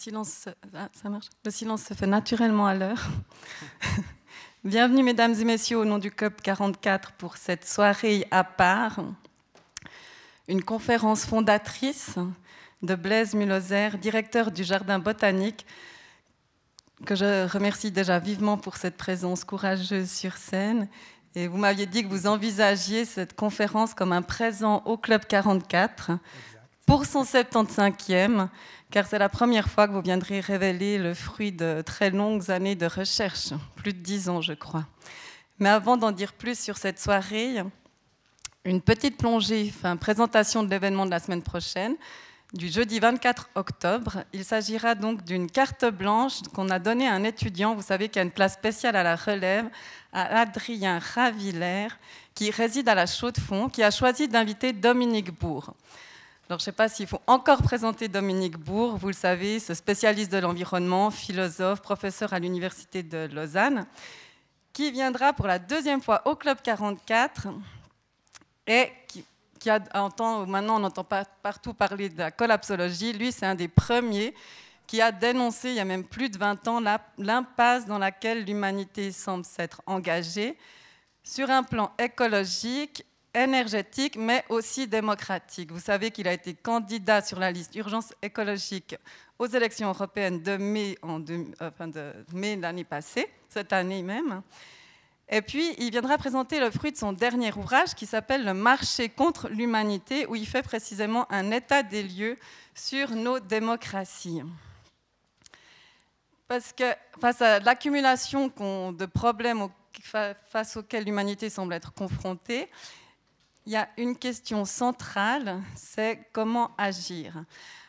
Ça marche. Le silence se fait naturellement à l'heure. Bienvenue, mesdames et messieurs, au nom du COP 44 pour cette soirée à part. Une conférence fondatrice de Blaise Muloser, directeur du Jardin botanique, que je remercie déjà vivement pour cette présence courageuse sur scène. Et vous m'aviez dit que vous envisagiez cette conférence comme un présent au Club 44 pour son 75e, car c'est la première fois que vous viendrez révéler le fruit de très longues années de recherche, plus de 10 ans je crois. Mais avant d'en dire plus sur cette soirée, une petite plongée, présentation de l'événement de la semaine prochaine, du jeudi 24 octobre. Il s'agira donc d'une carte blanche qu'on a donnée à un étudiant. Vous savez qu'il y a une place spéciale à la relève, à Adrien Ravillers, qui réside à la Chaux-de-Fonds, qui a choisi d'inviter Dominique Bourg. Alors, je ne sais pas s'il faut encore présenter Dominique Bourg, vous le savez, ce spécialiste de l'environnement, philosophe, professeur à l'Université de Lausanne, qui viendra pour la deuxième fois au Club 44 et maintenant on entend partout parler de la collapsologie. Lui, c'est un des premiers qui a dénoncé, il y a même plus de 20 ans, l'impasse dans laquelle l'humanité semble s'être engagée sur un plan écologique, énergétique, mais aussi démocratique. Vous savez qu'il a été candidat sur la liste Urgence écologique aux élections européennes de mai l'année passée, cette année même. Et puis, il viendra présenter le fruit de son dernier ouvrage qui s'appelle « Le marché contre l'humanité », où il fait précisément un état des lieux sur nos démocraties. Parce que face à l'accumulation de problèmes face auxquels l'humanité semble être confrontée, il y a une question centrale, c'est comment agir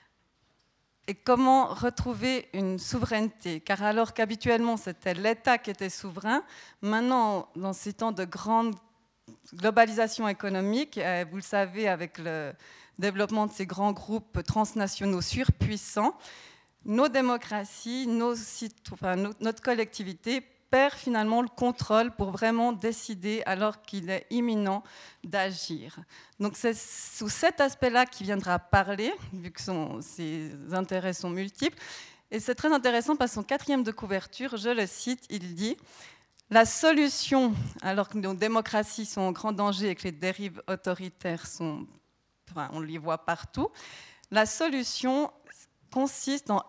et comment retrouver une souveraineté. Car alors qu'habituellement c'était l'État qui était souverain, maintenant dans ces temps de grande globalisation économique, vous le savez avec le développement de ces grands groupes transnationaux surpuissants, nos démocraties, notre collectivité perd finalement le contrôle pour vraiment décider alors qu'il est imminent d'agir. Donc c'est sous cet aspect-là qu'il viendra parler, vu que ses intérêts sont multiples. Et c'est très intéressant parce que son 4e de couverture, je le cite, il dit « La solution, alors que nos démocraties sont en grand danger et que les dérives autoritaires on les voit partout, la solution consiste dans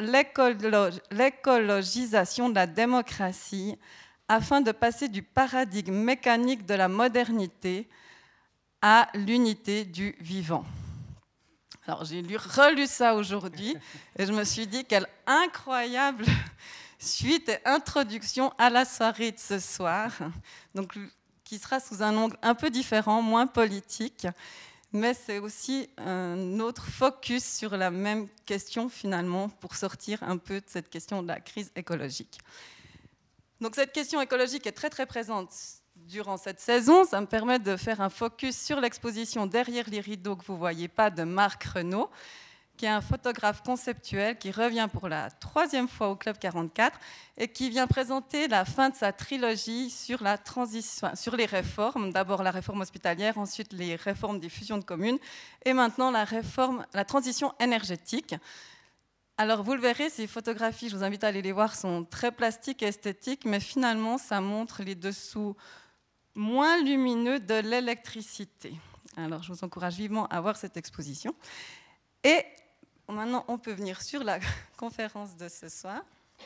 l'écologisation de la démocratie afin de passer du paradigme mécanique de la modernité à l'unité du vivant. » Alors j'ai relu ça aujourd'hui et je me suis dit quelle incroyable suite et introduction à la soirée de ce soir, donc, qui sera sous un angle un peu différent, moins politique. Mais c'est aussi un autre focus sur la même question, finalement, pour sortir un peu de cette question de la crise écologique. Donc cette question écologique est très, très présente durant cette saison. Ça me permet de faire un focus sur l'exposition Derrière les rideaux que vous ne voyez pas de Marc Renaud, qui est un photographe conceptuel qui revient pour la 3e fois au Club 44 et qui vient présenter la fin de sa trilogie sur la transition, sur les réformes. D'abord la réforme hospitalière, ensuite les réformes des fusions de communes et maintenant la transition énergétique. Alors vous le verrez, ces photographies, je vous invite à aller les voir, sont très plastiques et esthétiques, mais finalement ça montre les dessous moins lumineux de l'électricité. Alors je vous encourage vivement à voir cette exposition. Et maintenant, on peut venir sur la conférence de ce soir.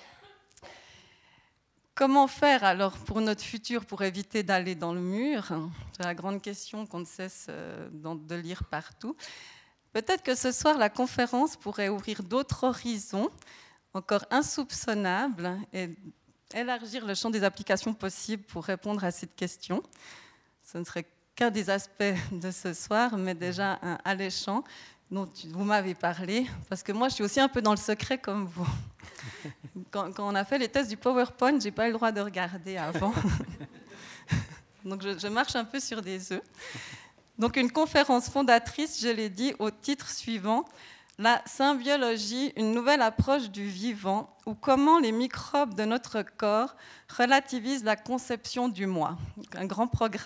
Comment faire alors pour notre futur pour éviter d'aller dans le mur ? C'est la grande question qu'on ne cesse de lire partout. Peut-être que ce soir, la conférence pourrait ouvrir d'autres horizons, encore insoupçonnables, et élargir le champ des applications possibles pour répondre à cette question. Ce ne serait qu'un des aspects de ce soir, mais déjà un alléchant dont vous m'avez parlé, parce que moi, je suis aussi un peu dans le secret comme vous. Quand on a fait les tests du PowerPoint, je n'ai pas eu le droit de regarder avant. Donc, je marche un peu sur des œufs. Donc, une conférence fondatrice, je l'ai dit, au titre suivant, « La symbiologie, une nouvelle approche du vivant, ou comment les microbes de notre corps relativisent la conception du moi ».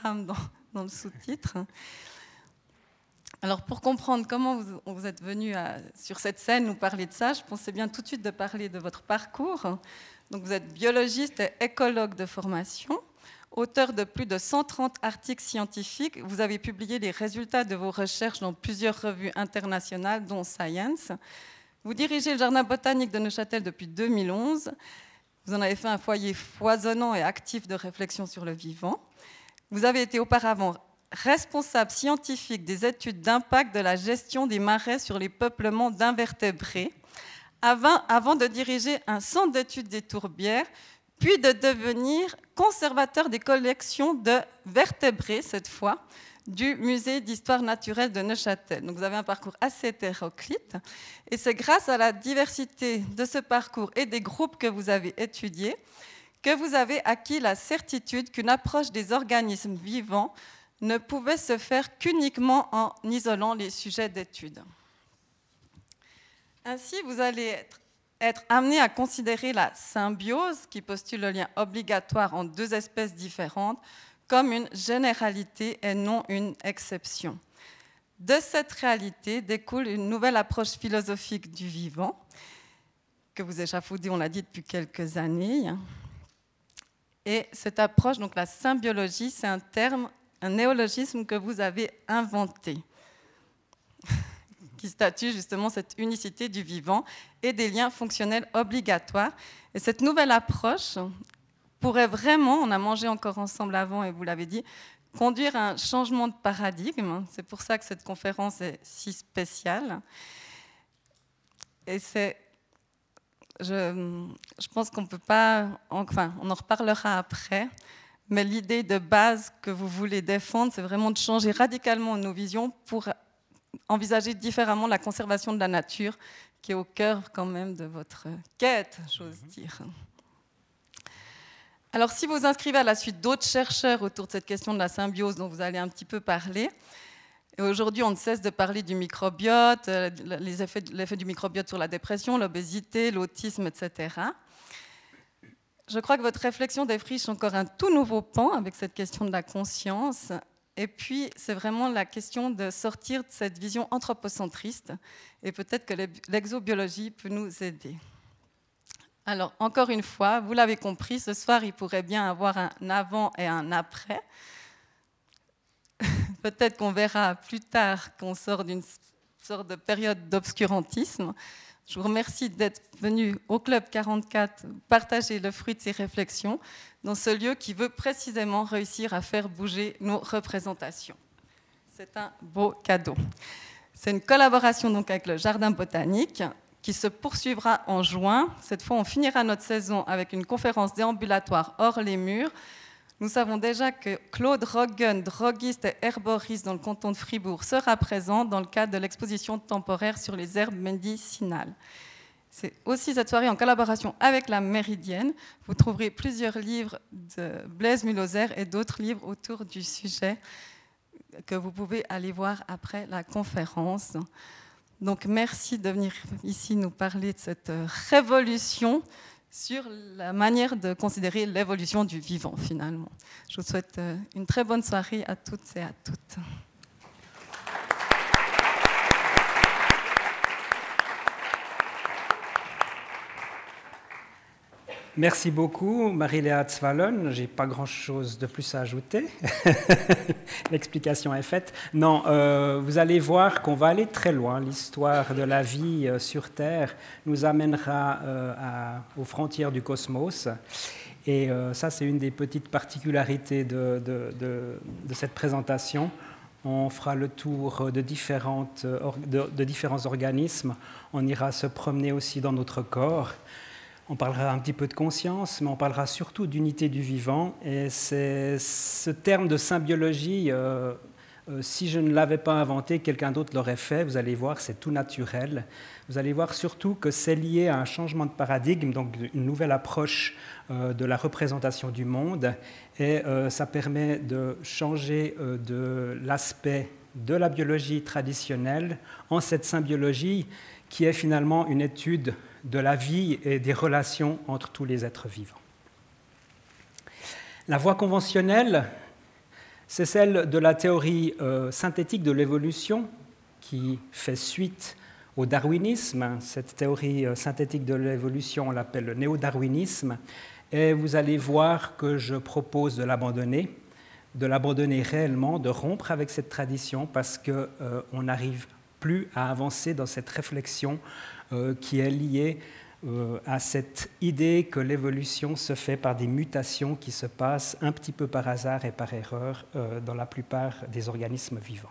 Un grand programme dans le sous-titre. Alors pour comprendre comment vous êtes venu sur cette scène nous parler de ça, je pensais bien tout de suite de parler de votre parcours. Donc vous êtes biologiste et écologue de formation, auteur de plus de 130 articles scientifiques. Vous avez publié les résultats de vos recherches dans plusieurs revues internationales, dont Science. Vous dirigez le Jardin botanique de Neuchâtel depuis 2011. Vous en avez fait un foyer foisonnant et actif de réflexion sur le vivant. Vous avez été auparavant responsable scientifique des études d'impact de la gestion des marais sur les peuplements d'invertébrés, avant de diriger un centre d'études des tourbières, puis de devenir conservateur des collections de vertébrés, cette fois, du musée d'histoire naturelle de Neuchâtel. Donc vous avez un parcours assez hétéroclite, et c'est grâce à la diversité de ce parcours et des groupes que vous avez étudiés que vous avez acquis la certitude qu'une approche des organismes vivants ne pouvait se faire qu'uniquement en isolant les sujets d'étude. Ainsi, vous allez être amené à considérer la symbiose, qui postule le lien obligatoire entre deux espèces différentes, comme une généralité et non une exception. De cette réalité découle une nouvelle approche philosophique du vivant, que vous échafaudez, on l'a dit, depuis quelques années. Et cette approche, donc la symbiologie, c'est un néologisme que vous avez inventé, qui statue justement cette unicité du vivant et des liens fonctionnels obligatoires. Et cette nouvelle approche pourrait vraiment, on a mangé encore ensemble avant et vous l'avez dit, conduire à un changement de paradigme. C'est pour ça que cette conférence est si spéciale. Et je pense qu'on ne peut pas, enfin, on en reparlera après, mais l'idée de base que vous voulez défendre, c'est vraiment de changer radicalement nos visions pour envisager différemment la conservation de la nature, qui est au cœur quand même de votre quête, j'ose dire. Alors, si vous inscrivez à la suite d'autres chercheurs autour de cette question de la symbiose dont vous allez un petit peu parler, et aujourd'hui, on ne cesse de parler du microbiote, l'effet du microbiote sur la dépression, l'obésité, l'autisme, etc. Je crois que votre réflexion défriche encore un tout nouveau pan avec cette question de la conscience. Et puis, c'est vraiment la question de sortir de cette vision anthropocentriste. Et peut-être que l'exobiologie peut nous aider. Alors, encore une fois, vous l'avez compris, ce soir, il pourrait bien avoir un avant et un après. Peut-être qu'on verra plus tard qu'on sort d'une sorte de période d'obscurantisme. Je vous remercie d'être venu au Club 44 partager le fruit de ces réflexions dans ce lieu qui veut précisément réussir à faire bouger nos représentations. C'est un beau cadeau. C'est une collaboration donc avec le Jardin botanique qui se poursuivra en juin. Cette fois, on finira notre saison avec une conférence déambulatoire hors les murs. Nous savons déjà que Claude Roggen, droguiste et herboriste dans le canton de Fribourg, sera présent dans le cadre de l'exposition temporaire sur les herbes médicinales. C'est aussi cette soirée en collaboration avec la Méridienne. Vous trouverez plusieurs livres de Blaise Mühlhauser et d'autres livres autour du sujet que vous pouvez aller voir après la conférence. Donc merci de venir ici nous parler de cette révolution sur la manière de considérer l'évolution du vivant, finalement. Je vous souhaite une très bonne soirée à toutes et à toutes. Merci beaucoup, Marie-Léa Zwallon. Je n'ai pas grand-chose de plus à ajouter. L'explication est faite. Non, vous allez voir qu'on va aller très loin. L'histoire de la vie sur Terre nous amènera aux frontières du cosmos. Et ça, c'est une des petites particularités de cette présentation. On fera le tour de différents organismes. On ira se promener aussi dans notre corps. On parlera un petit peu de conscience, mais on parlera surtout d'unité du vivant. Et c'est ce terme de symbiologie, si je ne l'avais pas inventé, quelqu'un d'autre l'aurait fait. Vous allez voir, c'est tout naturel. Vous allez voir surtout que c'est lié à un changement de paradigme, donc une nouvelle approche de la représentation du monde. Et ça permet de changer de l'aspect de la biologie traditionnelle en cette symbiologie qui est finalement une étude de la vie et des relations entre tous les êtres vivants. La voie conventionnelle, c'est celle de la théorie synthétique de l'évolution, qui fait suite au darwinisme. Cette théorie synthétique de l'évolution, on l'appelle le néo-darwinisme. Et vous allez voir que je propose de l'abandonner réellement, de rompre avec cette tradition parce qu'on n'arrive plus à avancer dans cette réflexion qui est liée à cette idée que l'évolution se fait par des mutations qui se passent un petit peu par hasard et par erreur dans la plupart des organismes vivants.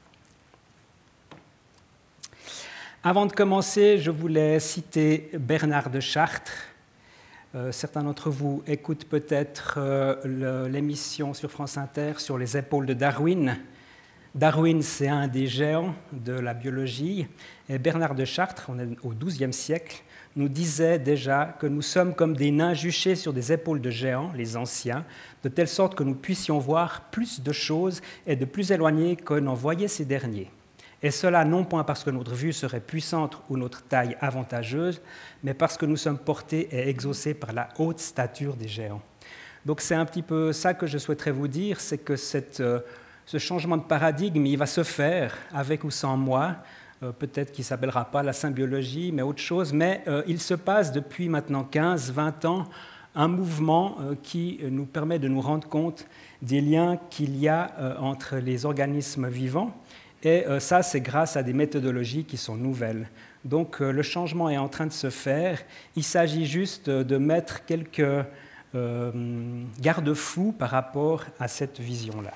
Avant de commencer, je voulais citer Bernard de Chartres. Certains d'entre vous écoutent peut-être l'émission sur France Inter sur les épaules de Darwin. Darwin, c'est un des géants de la biologie. Et Bernard de Chartres, on est au XIIe siècle, nous disait déjà que nous sommes comme des nains juchés sur des épaules de géants, les anciens, de telle sorte que nous puissions voir plus de choses et de plus éloignées que n'en voyaient ces derniers. Et cela non point parce que notre vue serait puissante ou notre taille avantageuse, mais parce que nous sommes portés et exaucés par la haute stature des géants. Donc c'est un petit peu ça que je souhaiterais vous dire, c'est que ce changement de paradigme, il va se faire avec ou sans moi, peut-être qu'il ne s'appellera pas la symbiologie, mais autre chose, mais il se passe depuis maintenant 15, 20 ans un mouvement qui nous permet de nous rendre compte des liens qu'il y a entre les organismes vivants. Et ça, c'est grâce à des méthodologies qui sont nouvelles. Donc le changement est en train de se faire. Il s'agit juste de mettre quelques garde-fous par rapport à cette vision-là.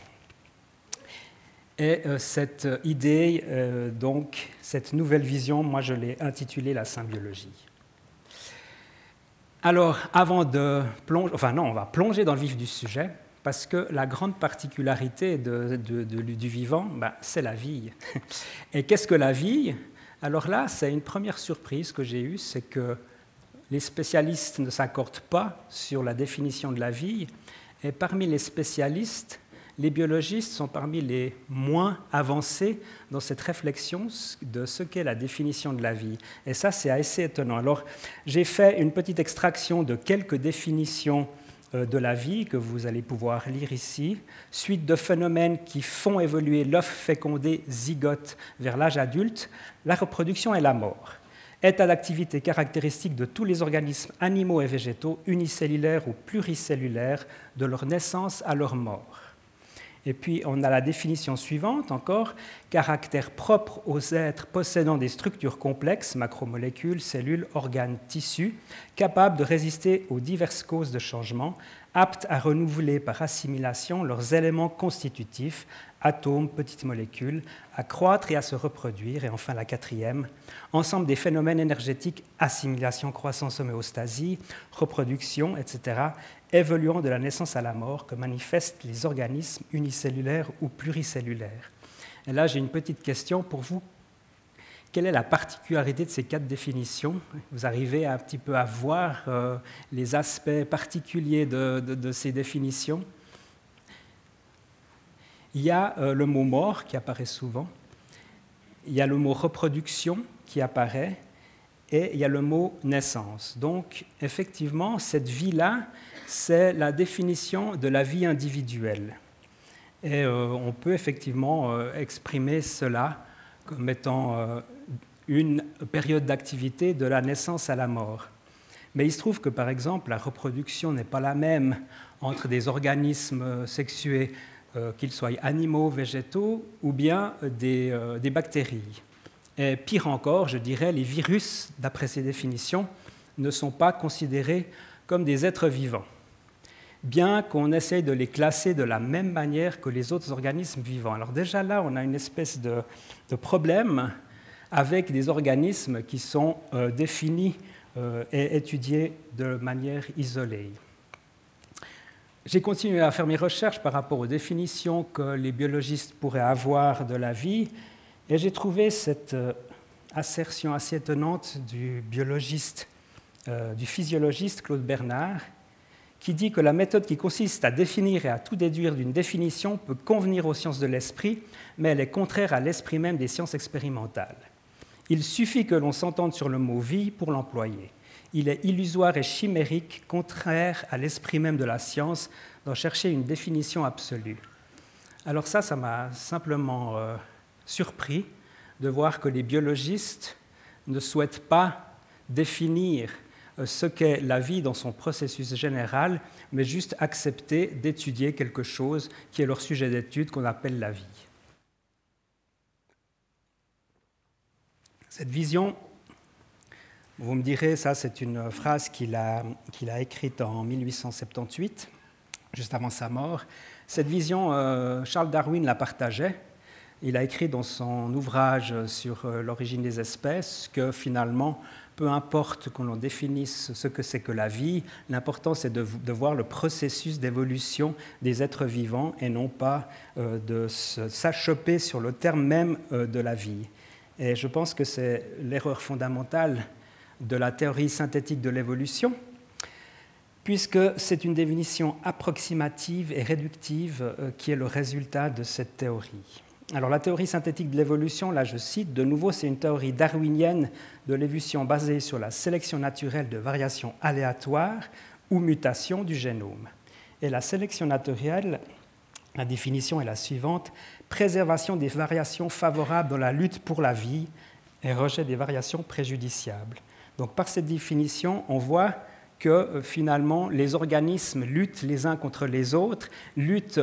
Et cette idée, donc, cette nouvelle vision, moi je l'ai intitulée la symbiologie. Alors, avant de plonger, on va plonger dans le vif du sujet, parce que la grande particularité du vivant, c'est la vie. Et qu'est-ce que la vie? Alors là, c'est une première surprise que j'ai eue, c'est que les spécialistes ne s'accordent pas sur la définition de la vie, et parmi les spécialistes, les biologistes sont parmi les moins avancés dans cette réflexion de ce qu'est la définition de la vie. Et ça, c'est assez étonnant. Alors, j'ai fait une petite extraction de quelques définitions de la vie que vous allez pouvoir lire ici, suite de phénomènes qui font évoluer l'œuf fécondé zygote vers l'âge adulte, la reproduction et la mort. État d'activité caractéristique de tous les organismes animaux et végétaux, unicellulaires ou pluricellulaires, de leur naissance à leur mort. Et puis, on a la définition suivante encore, caractère propre aux êtres possédant des structures complexes, macromolécules, cellules, organes, tissus, capables de résister aux diverses causes de changement, aptes à renouveler par assimilation leurs éléments constitutifs, atomes, petites molécules, à croître et à se reproduire. Et enfin, la quatrième, ensemble des phénomènes énergétiques, assimilation, croissance, homéostasie, reproduction, etc., évoluant de la naissance à la mort, que manifestent les organismes unicellulaires ou pluricellulaires. Et là, j'ai une petite question pour vous. Quelle est la particularité de ces 4 définitions? Vous arrivez un petit peu à voir les aspects particuliers de ces définitions. Il y a le mot mort qui apparaît souvent, il y a le mot reproduction qui apparaît, et il y a le mot naissance. Donc, effectivement, cette vie-là, c'est la définition de la vie individuelle. Et on peut effectivement exprimer cela comme étant une période d'activité de la naissance à la mort. Mais il se trouve que, par exemple, la reproduction n'est pas la même entre des organismes sexués, qu'ils soient animaux, végétaux, ou bien des bactéries. Et pire encore, je dirais, les virus, d'après ces définitions, ne sont pas considérés comme des êtres vivants, bien qu'on essaye de les classer de la même manière que les autres organismes vivants. Alors déjà là, on a une espèce de problème avec des organismes qui sont définis et étudiés de manière isolée. J'ai continué à faire mes recherches par rapport aux définitions que les biologistes pourraient avoir de la vie, et j'ai trouvé cette assertion assez étonnante du physiologiste Claude Bernard, qui dit que la méthode qui consiste à définir et à tout déduire d'une définition peut convenir aux sciences de l'esprit, mais elle est contraire à l'esprit même des sciences expérimentales. Il suffit que l'on s'entende sur le mot « vie » pour l'employer. Il est illusoire et chimérique, contraire à l'esprit même de la science, d'en chercher une définition absolue. Alors ça m'a simplement surpris de voir que les biologistes ne souhaitent pas définir ce qu'est la vie dans son processus général, mais juste accepter d'étudier quelque chose qui est leur sujet d'étude qu'on appelle la vie. Cette vision, vous me direz, ça c'est une phrase qu'il a écrite en 1878, juste avant sa mort. Cette vision, Charles Darwin la partageait. Il a écrit dans son ouvrage sur l'origine des espèces que finalement, peu importe qu'on en définisse ce que c'est que la vie, l'important c'est de voir le processus d'évolution des êtres vivants et non pas de s'achoper sur le terme même de la vie. Et je pense que c'est l'erreur fondamentale de la théorie synthétique de l'évolution, puisque c'est une définition approximative et réductive qui est le résultat de cette théorie. Alors la théorie synthétique de l'évolution, là je cite, de nouveau c'est une théorie darwinienne de l'évolution basée sur la sélection naturelle de variations aléatoires ou mutations du génome. Et la sélection naturelle, la définition est la suivante, préservation des variations favorables dans la lutte pour la vie et rejet des variations préjudiciables. Donc par cette définition, on voit que finalement les organismes luttent les uns contre les autres, luttent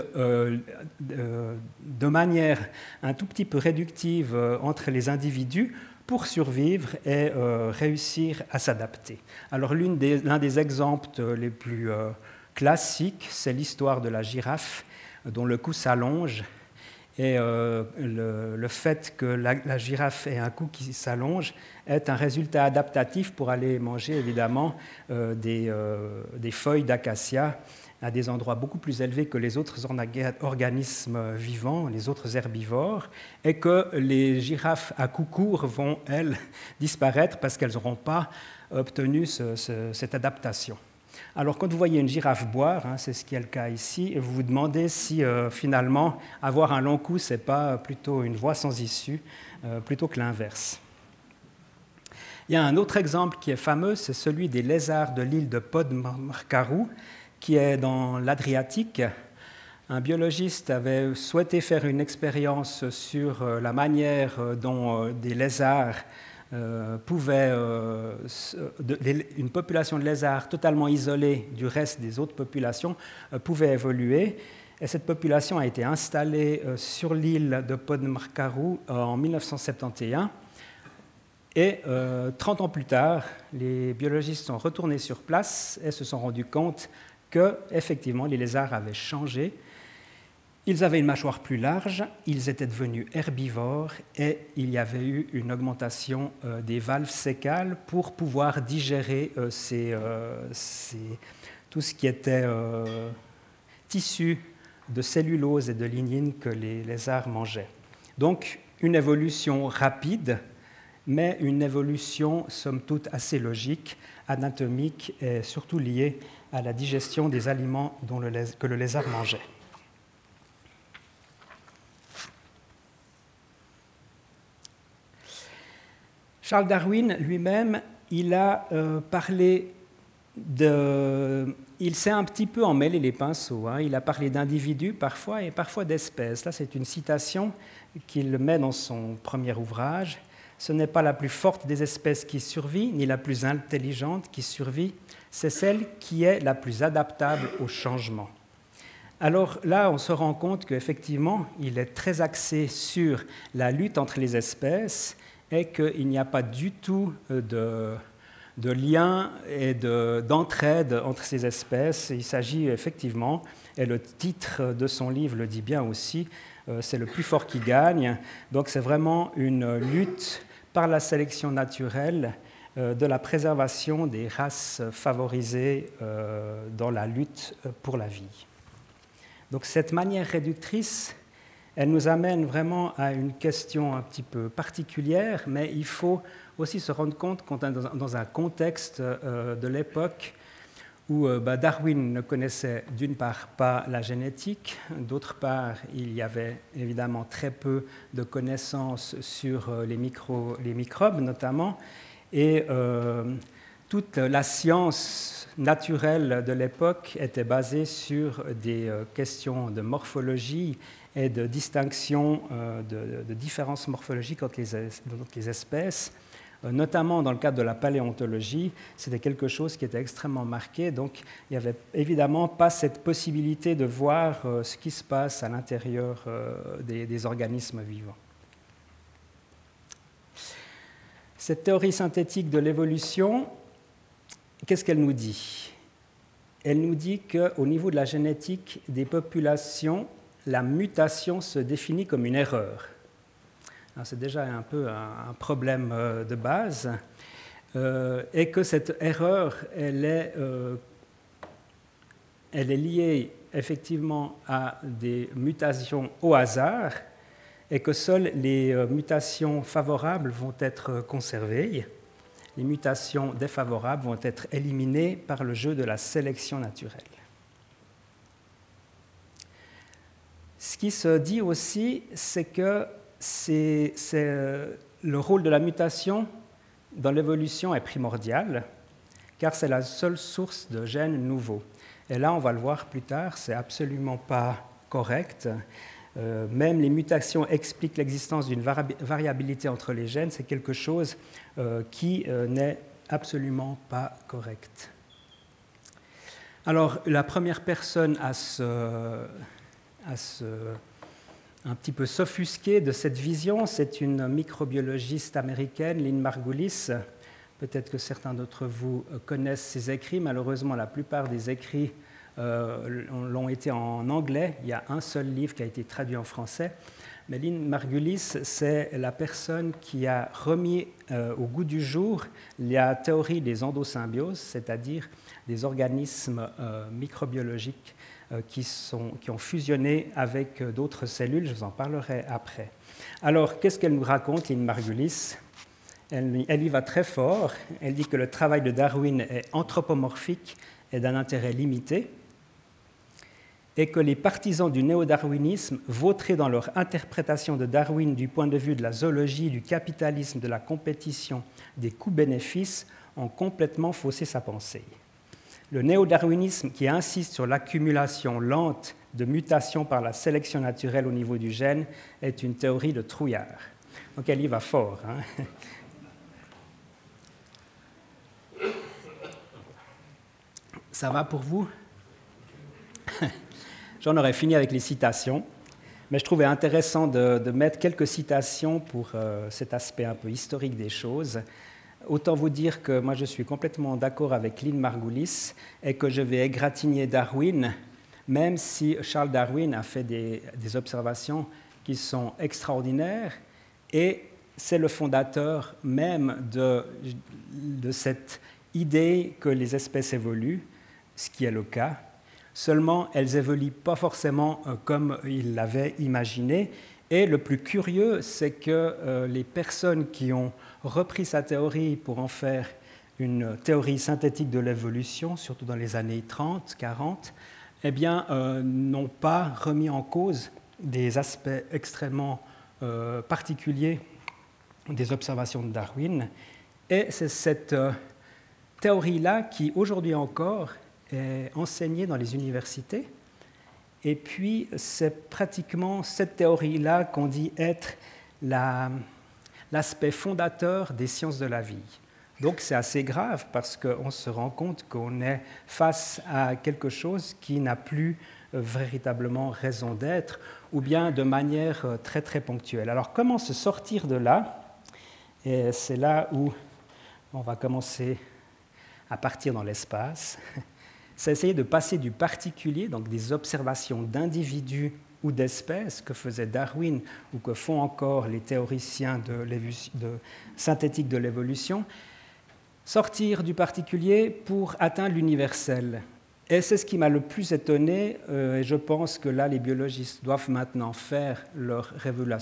de manière un tout petit peu réductive entre les individus pour survivre et réussir à s'adapter. Alors l'un des exemples les plus classiques, c'est l'histoire de la girafe dont le cou s'allonge. Et le fait que la girafe ait un cou qui s'allonge est un résultat adaptatif pour aller manger évidemment des feuilles d'acacia à des endroits beaucoup plus élevés que les autres organismes vivants, les autres herbivores, et que les girafes à cou court vont, elles, disparaître parce qu'elles n'auront pas obtenu cette adaptation. Alors, quand vous voyez une girafe boire, c'est ce qui est le cas ici, et vous vous demandez si finalement avoir un long cou, ce n'est pas plutôt une voie sans issue, plutôt que l'inverse. Il y a un autre exemple qui est fameux, c'est celui des lézards de l'île de Podmărcaru, qui est dans l'Adriatique. Un biologiste avait souhaité faire une expérience sur la manière dont des lézards une population de lézards totalement isolée du reste des autres populations pouvait évoluer. Et cette population a été installée sur l'île de Podmărcaru en 1971. Et 30 ans plus tard, les biologistes sont retournés sur place et se sont rendus compte que, effectivement, les lézards avaient changé. Ils avaient une mâchoire plus large, ils étaient devenus herbivores et il y avait eu une augmentation des valves sécales pour pouvoir digérer tout ce qui était tissu de cellulose et de lignine que les lézards mangeaient. Donc, une évolution rapide, mais une évolution, somme toute, assez logique, anatomique et surtout liée à la digestion des aliments que le lézard mangeait. Charles Darwin lui-même, il a parlé il s'est un petit peu emmêlé les pinceaux. Il a parlé d'individus parfois et parfois d'espèces. Là, c'est une citation qu'il met dans son premier ouvrage. Ce n'est pas la plus forte des espèces qui survit, ni la plus intelligente qui survit, c'est celle qui est la plus adaptable au changement. Alors là, on se rend compte qu'effectivement, il est très axé sur la lutte entre les espèces et qu'il n'y a pas du tout de lien et d'entraide entre ces espèces. Il s'agit effectivement, et le titre de son livre le dit bien aussi, c'est le plus fort qui gagne. Donc c'est vraiment une lutte par la sélection naturelle de la préservation des races favorisées dans la lutte pour la vie. Donc cette manière réductrice, elle nous amène vraiment à une question un petit peu particulière, mais il faut aussi se rendre compte qu'on est dans un contexte de l'époque où Darwin ne connaissait d'une part pas la génétique, d'autre part il y avait évidemment très peu de connaissances sur les microbes notamment, et toute la science naturelle de l'époque était basée sur des questions de morphologie et de distinction de différences morphologiques entre les espèces, notamment dans le cadre de la paléontologie. C'était quelque chose qui était extrêmement marqué, donc il n'y avait évidemment pas cette possibilité de voir ce qui se passe à l'intérieur des organismes vivants. Cette théorie synthétique de l'évolution, qu'est-ce qu'elle nous dit ? Elle nous dit qu'au niveau de la génétique des populations, la mutation se définit comme une erreur. Alors, c'est déjà un peu un problème de base, et que cette erreur, elle est liée effectivement à des mutations au hasard, et que seules les mutations favorables vont être conservées. Les mutations défavorables vont être éliminées par le jeu de la sélection naturelle. Ce qui se dit aussi, c'est que le rôle de la mutation dans l'évolution est primordial, car c'est la seule source de gènes nouveaux. Et là, on va le voir plus tard, c'est absolument pas correct. Même les mutations expliquent l'existence d'une variabilité entre les gènes, c'est quelque chose qui n'est absolument pas correct. Alors, la première personne à un petit peu s'offusquer de cette vision, c'est une microbiologiste américaine, Lynn Margulis. Peut-être que certains d'entre vous connaissent ses écrits. Malheureusement, la plupart des écrits l'ont été en anglais. Il y a un seul livre qui a été traduit en français. Mais Lynn Margulis, c'est la personne qui a remis au goût du jour la théorie des endosymbioses, c'est-à-dire des organismes microbiologiques qui ont fusionné avec d'autres cellules. Je vous en parlerai après. Alors, qu'est-ce qu'elle nous raconte, Lynn Margulis ? Elle y va très fort. Elle dit que le travail de Darwin est anthropomorphique et d'un intérêt limité, et que les partisans du néo-darwinisme, vautrés dans leur interprétation de Darwin du point de vue de la zoologie, du capitalisme, de la compétition, des coûts-bénéfices, ont complètement faussé sa pensée. Le néo-darwinisme, qui insiste sur l'accumulation lente de mutations par la sélection naturelle au niveau du gène, est une théorie de trouillard. Donc elle y va fort. Ça va pour vous ? J'en aurais fini avec les citations, mais je trouvais intéressant de mettre quelques citations pour cet aspect un peu historique des choses. Autant vous dire que moi je suis complètement d'accord avec Lynn Margulis et que je vais égratigner Darwin, même si Charles Darwin a fait des observations qui sont extraordinaires, et c'est le fondateur même de cette idée que les espèces évoluent, ce qui est le cas. Seulement, elles évoluent pas forcément comme il l'avait imaginé. Et le plus curieux, c'est que les personnes qui ont repris sa théorie pour en faire une théorie synthétique de l'évolution, surtout dans les années 30, 40, eh bien, n'ont pas remis en cause des aspects extrêmement particuliers des observations de Darwin. Et c'est cette théorie-là qui, aujourd'hui encore, est enseignée dans les universités. Et puis, c'est pratiquement cette théorie-là qu'on dit être l'aspect fondateur des sciences de la vie. Donc, c'est assez grave parce qu'on se rend compte qu'on est face à quelque chose qui n'a plus véritablement raison d'être, ou bien de manière très, très ponctuelle. Alors, comment se sortir de là ? Et c'est là où on va commencer à partir dans l'espace. C'est essayer de passer du particulier, donc des observations d'individus ou d'espèces que faisait Darwin ou que font encore les théoriciens synthétiques de l'évolution, sortir du particulier pour atteindre l'universel. Et c'est ce qui m'a le plus étonné, et je pense que là, les biologistes doivent maintenant faire leur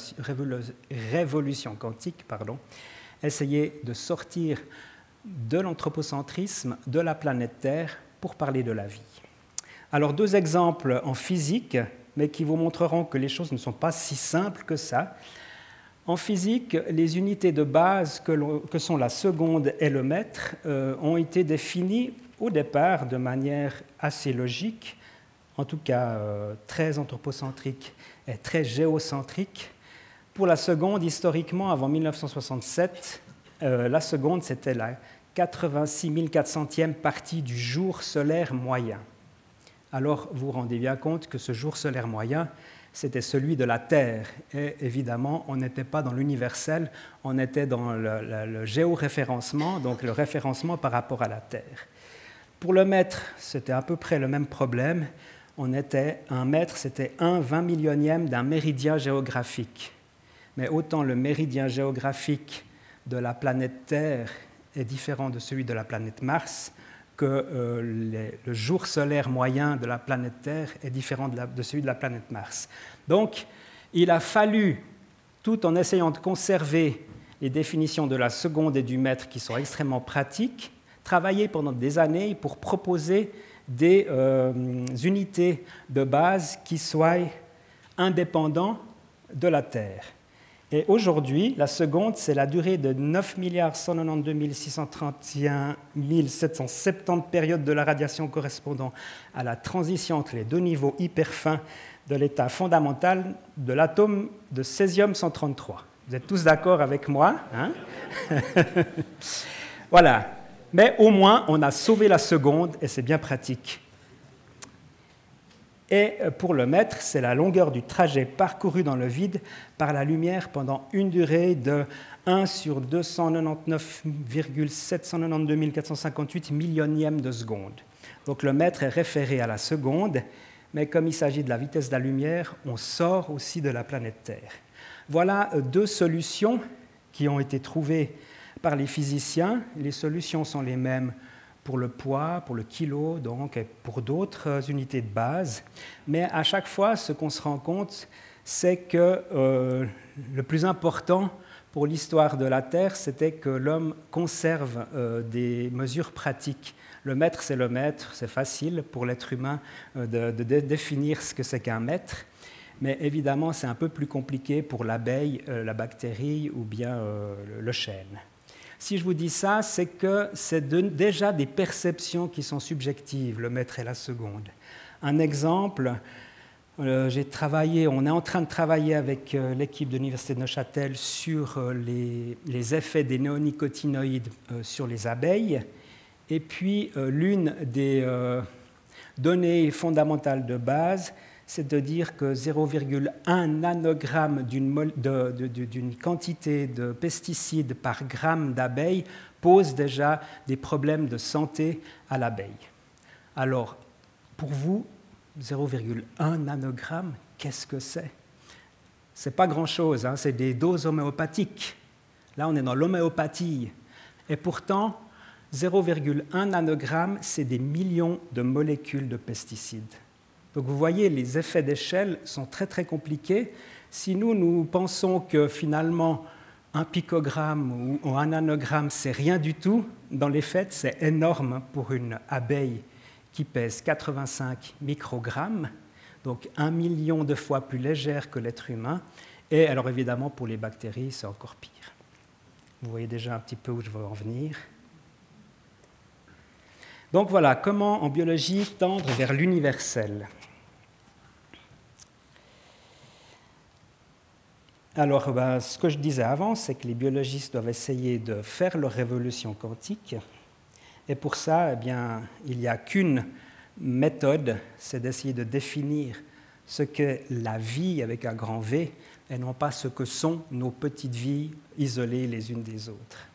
révolution quantique, essayer de sortir de l'anthropocentrisme, de la planète Terre, pour parler de la vie. Alors, 2 exemples en physique, mais qui vous montreront que les choses ne sont pas si simples que ça. En physique, les unités de base que sont la seconde et le mètre ont été définies au départ de manière assez logique, en tout cas très anthropocentrique est très géocentrique. Pour la seconde, historiquement, avant 1967, la seconde, c'était la 86 400e partie du jour solaire moyen. Alors, vous vous rendez bien compte que ce jour solaire moyen, c'était celui de la Terre. Et évidemment, on n'était pas dans l'universel, on était dans le géoréférencement, donc le référencement par rapport à la Terre. Pour le mètre, c'était à peu près le même problème. Un mètre, c'était 1/20 millionième d'un méridien géographique. Mais autant le méridien géographique de la planète Terre est différent de celui de la planète Mars, que le jour solaire moyen de la planète Terre est différent de celui de la planète Mars. Donc, il a fallu, tout en essayant de conserver les définitions de la seconde et du mètre qui sont extrêmement pratiques, travailler pendant des années pour proposer des unités de base qui soient indépendantes de la Terre. Et aujourd'hui, la seconde, c'est la durée de 9 192 631 770 périodes de la radiation correspondant à la transition entre les deux niveaux hyper fins de l'état fondamental de l'atome de césium-133. Vous êtes tous d'accord avec moi, hein? Voilà. Mais au moins, on a sauvé la seconde et c'est bien pratique. Et pour le mètre, c'est la longueur du trajet parcouru dans le vide par la lumière pendant une durée de 1 sur 299,792 458 millionièmes de seconde. Donc le mètre est référé à la seconde, mais comme il s'agit de la vitesse de la lumière, on sort aussi de la planète Terre. Voilà deux solutions qui ont été trouvées par les physiciens. Les solutions sont les mêmes pour le poids, pour le kilo, donc, et pour d'autres unités de base. Mais à chaque fois, ce qu'on se rend compte, c'est que le plus important pour l'histoire de la Terre, c'était que l'homme conserve des mesures pratiques. Le mètre, c'est facile pour l'être humain de définir ce que c'est qu'un mètre. Mais évidemment, c'est un peu plus compliqué pour l'abeille, la bactérie ou bien le chêne. Si je vous dis ça, c'est que c'est déjà des perceptions qui sont subjectives, le mètre et la seconde. Un exemple, on est en train de travailler avec l'équipe de l'Université de Neuchâtel sur les effets des néonicotinoïdes sur les abeilles. Et puis, l'une des données fondamentales de base, c'est de dire que 0,1 nanogramme d'une quantité de pesticides par gramme d'abeilles pose déjà des problèmes de santé à l'abeille. Alors, pour vous, 0,1 nanogramme, qu'est-ce que c'est ? Ce n'est pas grand-chose, hein, c'est des doses homéopathiques. Là, on est dans l'homéopathie. Et pourtant, 0,1 nanogramme, c'est des millions de molécules de pesticides. Donc vous voyez, les effets d'échelle sont très très compliqués. Si nous pensons que finalement un picogramme ou un nanogramme, c'est rien du tout, dans les faits, c'est énorme pour une abeille qui pèse 85 microgrammes, donc 1 million de fois plus légère que l'être humain. Et alors évidemment, pour les bactéries, c'est encore pire. Vous voyez déjà un petit peu où je veux en venir. Donc voilà, comment en biologie tendre vers l'universel. Alors, ce que je disais avant, c'est que les biologistes doivent essayer de faire leur révolution quantique. Et pour ça, il n'y a qu'une méthode, c'est d'essayer de définir ce qu'est la vie avec un grand V, et non pas ce que sont nos petites vies isolées les unes des autres.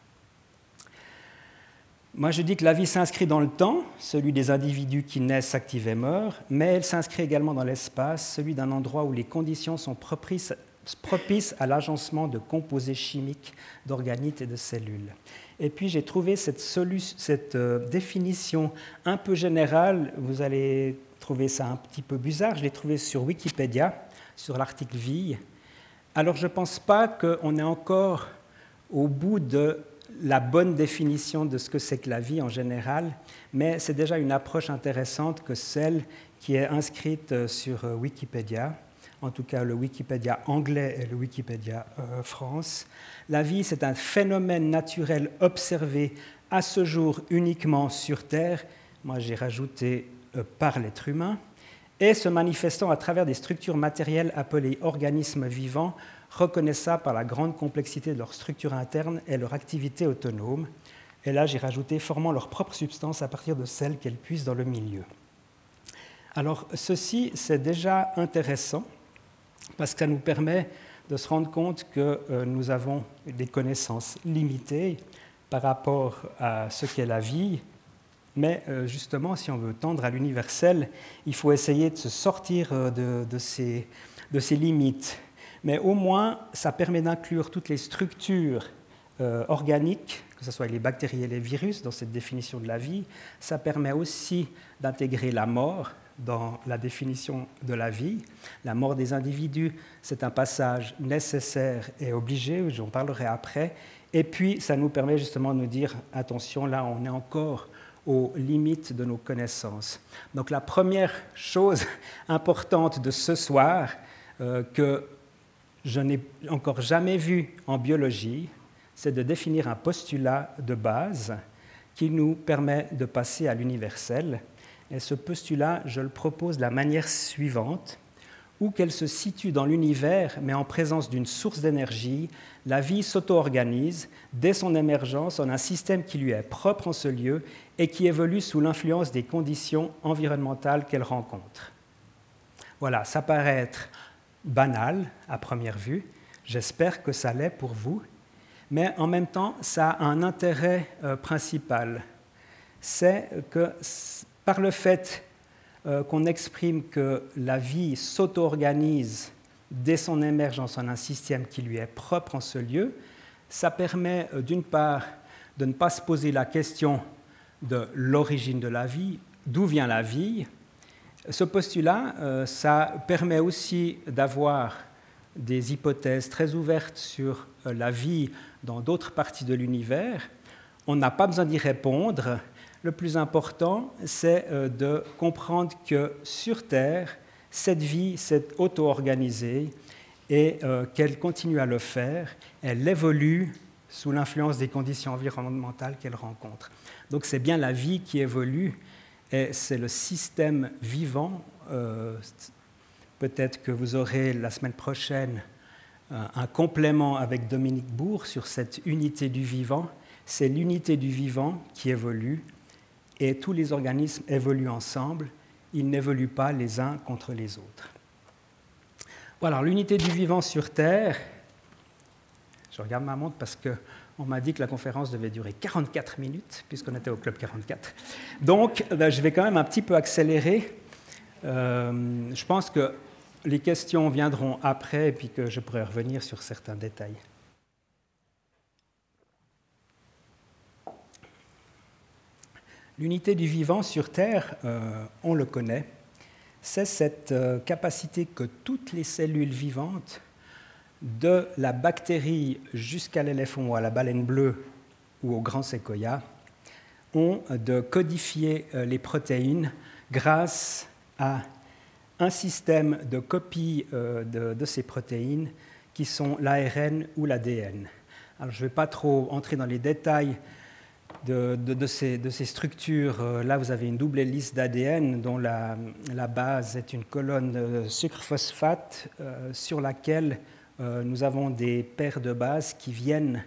Moi, je dis que la vie s'inscrit dans le temps, celui des individus qui naissent, s'activent et meurent, mais elle s'inscrit également dans l'espace, celui d'un endroit où les conditions sont propices à l'agencement de composés chimiques, d'organites et de cellules. Et puis j'ai trouvé cette définition un peu générale, vous allez trouver ça un petit peu bizarre, je l'ai trouvée sur Wikipédia, sur l'article Vie. Alors je ne pense pas qu'on est encore au bout de la bonne définition de ce que c'est que la vie en général, mais c'est déjà une approche intéressante que celle qui est inscrite sur Wikipédia, en tout cas le Wikipédia anglais et le Wikipédia France. La vie, c'est un phénomène naturel observé à ce jour uniquement sur Terre, moi j'ai rajouté par l'être humain, et se manifestant à travers des structures matérielles appelées organismes vivants, reconnaissables par la grande complexité de leur structure interne et leur activité autonome. Et là, j'ai rajouté formant leur propre substance à partir de celle qu'elles puissent dans le milieu. Alors, ceci, c'est déjà intéressant parce que ça nous permet de se rendre compte que nous avons des connaissances limitées par rapport à ce qu'est la vie. Mais justement, si on veut tendre à l'universel, il faut essayer de se sortir de ces limites. Mais au moins, ça permet d'inclure toutes les structures organiques, que ce soit les bactéries et les virus, dans cette définition de la vie. Ça permet aussi d'intégrer la mort dans la définition de la vie. La mort des individus, c'est un passage nécessaire et obligé, j'en parlerai après. Et puis, ça nous permet justement de nous dire, attention, là, on est encore aux limites de nos connaissances. Donc la première chose importante de ce soir, que je n'ai encore jamais vue en biologie, c'est de définir un postulat de base qui nous permet de passer à l'universel. Et ce postulat, je le propose de la manière suivante. Où qu'elle se situe dans l'univers, mais en présence d'une source d'énergie, la vie s'auto-organise dès son émergence en un système qui lui est propre en ce lieu et qui évolue sous l'influence des conditions environnementales qu'elle rencontre. Voilà, ça paraît être banal à première vue. J'espère que ça l'est pour vous. Mais en même temps, ça a un intérêt principal. C'est que par le fait qu'on exprime que la vie s'auto-organise dès son émergence en un système qui lui est propre en ce lieu, ça permet d'une part de ne pas se poser la question de l'origine de la vie, d'où vient la vie. Ce postulat, ça permet aussi d'avoir des hypothèses très ouvertes sur la vie dans d'autres parties de l'univers. On n'a pas besoin d'y répondre. Le plus important, c'est de comprendre que sur Terre, cette vie s'est auto-organisée et qu'elle continue à le faire. Elle évolue sous l'influence des conditions environnementales qu'elle rencontre. Donc c'est bien la vie qui évolue et c'est le système vivant. Peut-être que vous aurez la semaine prochaine un complément avec Dominique Bourg sur cette unité du vivant. C'est l'unité du vivant qui évolue. Et tous les organismes évoluent ensemble, ils n'évoluent pas les uns contre les autres. Voilà, l'unité du vivant sur Terre. Je regarde ma montre parce qu'on m'a dit que la conférence devait durer 44 minutes, puisqu'on était au Club 44. Donc, je vais quand même un petit peu accélérer. Je pense que les questions viendront après, et puis que je pourrai revenir sur certains détails. L'unité du vivant sur Terre, on le connaît, c'est cette capacité que toutes les cellules vivantes, de la bactérie jusqu'à l'éléphant ou à la baleine bleue ou au grand séquoia, ont de codifier les protéines grâce à un système de copie de ces protéines qui sont l'ARN ou l'ADN. Alors, je ne vais pas trop entrer dans les détails de ces structures. Là, vous avez une double hélice d'ADN dont la base est une colonne sucre-phosphate sur laquelle nous avons des paires de bases qui viennent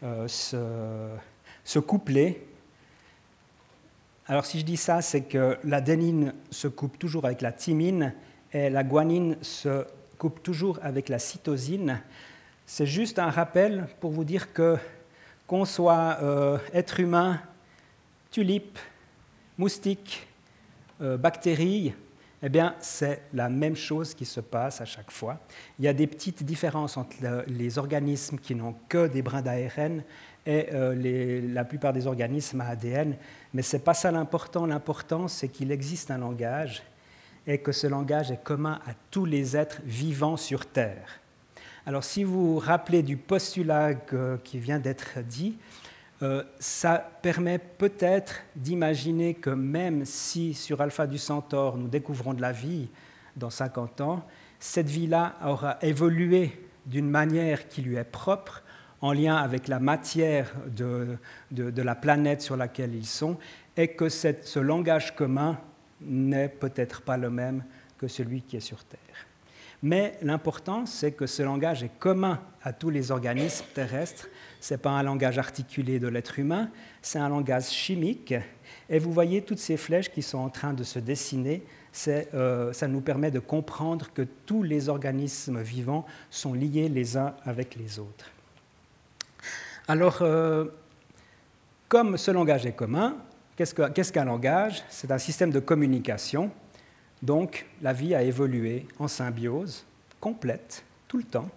se coupler. Alors, si je dis ça, c'est que l'adénine se coupe toujours avec la thymine et la guanine se coupe toujours avec la cytosine. C'est juste un rappel pour vous dire que qu'on soit être humain, tulipe, moustique, bactérie, eh bien, c'est la même chose qui se passe à chaque fois. Il y a des petites différences entre les organismes qui n'ont que des brins d'ARN et la plupart des organismes à ADN, mais ce n'est pas ça l'important. L'important, c'est qu'il existe un langage et que ce langage est commun à tous les êtres vivants sur Terre. Alors, si vous vous rappelez du postulat qui vient d'être dit, ça permet peut-être d'imaginer que même si sur Alpha du Centaure, nous découvrons de la vie dans 50 ans, cette vie-là aura évolué d'une manière qui lui est propre, en lien avec la matière de la planète sur laquelle ils sont, et que ce langage commun n'est peut-être pas le même que celui qui est sur Terre. Mais l'important, c'est que ce langage est commun à tous les organismes terrestres. Ce n'est pas un langage articulé de l'être humain, c'est un langage chimique. Et vous voyez toutes ces flèches qui sont en train de se dessiner. Ça nous permet de comprendre que tous les organismes vivants sont liés les uns avec les autres. Alors, comme ce langage est commun, qu'est-ce qu'un langage? C'est un système de communication. Donc, la vie a évolué en symbiose complète, tout le temps.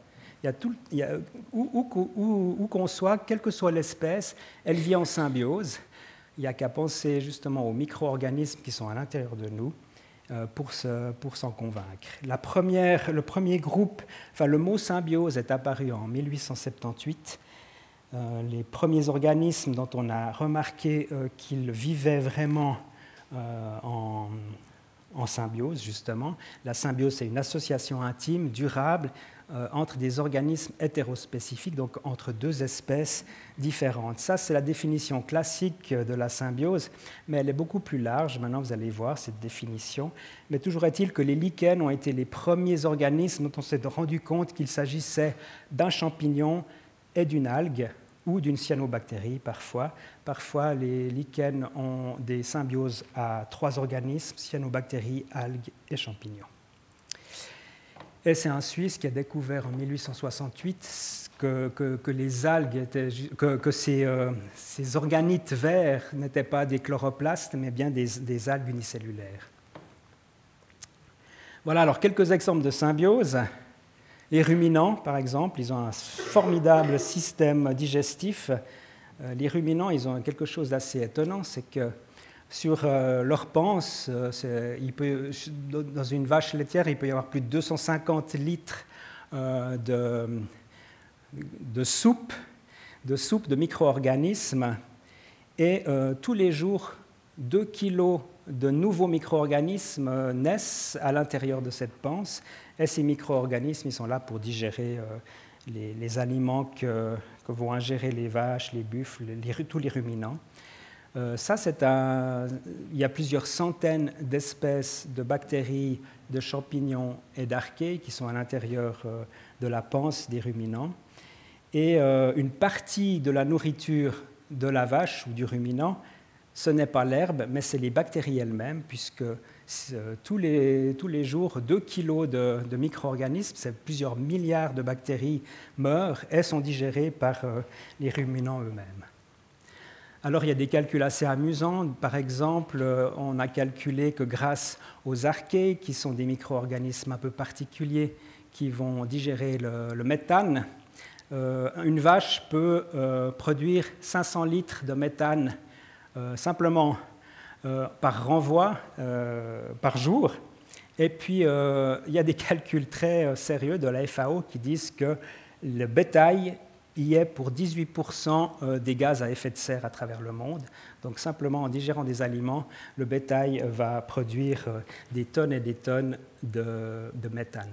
Où qu'on soit, quelle que soit l'espèce, elle vit en symbiose. Il n'y a qu'à penser justement aux micro-organismes qui sont à l'intérieur de nous pour s'en convaincre. Le premier groupe, le mot symbiose est apparu en 1878. Les premiers organismes dont on a remarqué qu'ils vivaient vraiment en symbiose, justement. La symbiose, c'est une association intime, durable, entre des organismes hétérospécifiques, donc entre deux espèces différentes. Ça, c'est la définition classique de la symbiose, mais elle est beaucoup plus large. Maintenant, vous allez voir cette définition. Mais toujours est-il que les lichens ont été les premiers organismes dont on s'est rendu compte qu'il s'agissait d'un champignon et d'une algue, ou d'une cyanobactérie parfois. Parfois, les lichens ont des symbioses à 3 organismes, cyanobactéries, algues et champignons. Et c'est un Suisse qui a découvert en 1868 que les algues que ces organites verts n'étaient pas des chloroplastes, mais bien des algues unicellulaires. Voilà alors quelques exemples de symbiose. Les ruminants, par exemple, ils ont un formidable système digestif. Les ruminants, ils ont quelque chose d'assez étonnant, c'est que sur leur panse, dans une vache laitière, il peut y avoir plus de 250 litres de soupe de micro-organismes, et tous les jours, 2 kilos de nouveaux micro-organismes naissent à l'intérieur de cette panse. Et ces micro-organismes, ils sont là pour digérer les aliments que vont ingérer les vaches, les buffles, tous les ruminants. Il y a plusieurs centaines d'espèces de bactéries, de champignons et d'archées qui sont à l'intérieur de la panse des ruminants. Et une partie de la nourriture de la vache ou du ruminant, ce n'est pas l'herbe, mais c'est les bactéries elles-mêmes, puisque tous les jours, 2 kilos de micro-organismes, c'est plusieurs milliards de bactéries meurent et sont digérées par les ruminants eux-mêmes. Alors il y a des calculs assez amusants. Par exemple, on a calculé que grâce aux archées, qui sont des micro-organismes un peu particuliers qui vont digérer le méthane, une vache peut produire 500 litres de méthane simplement par renvoi par jour. Et puis, il y a des calculs très sérieux de la FAO qui disent que le bétail y est pour 18% des gaz à effet de serre à travers le monde. Donc, simplement en digérant des aliments, le bétail va produire des tonnes et des tonnes de méthane.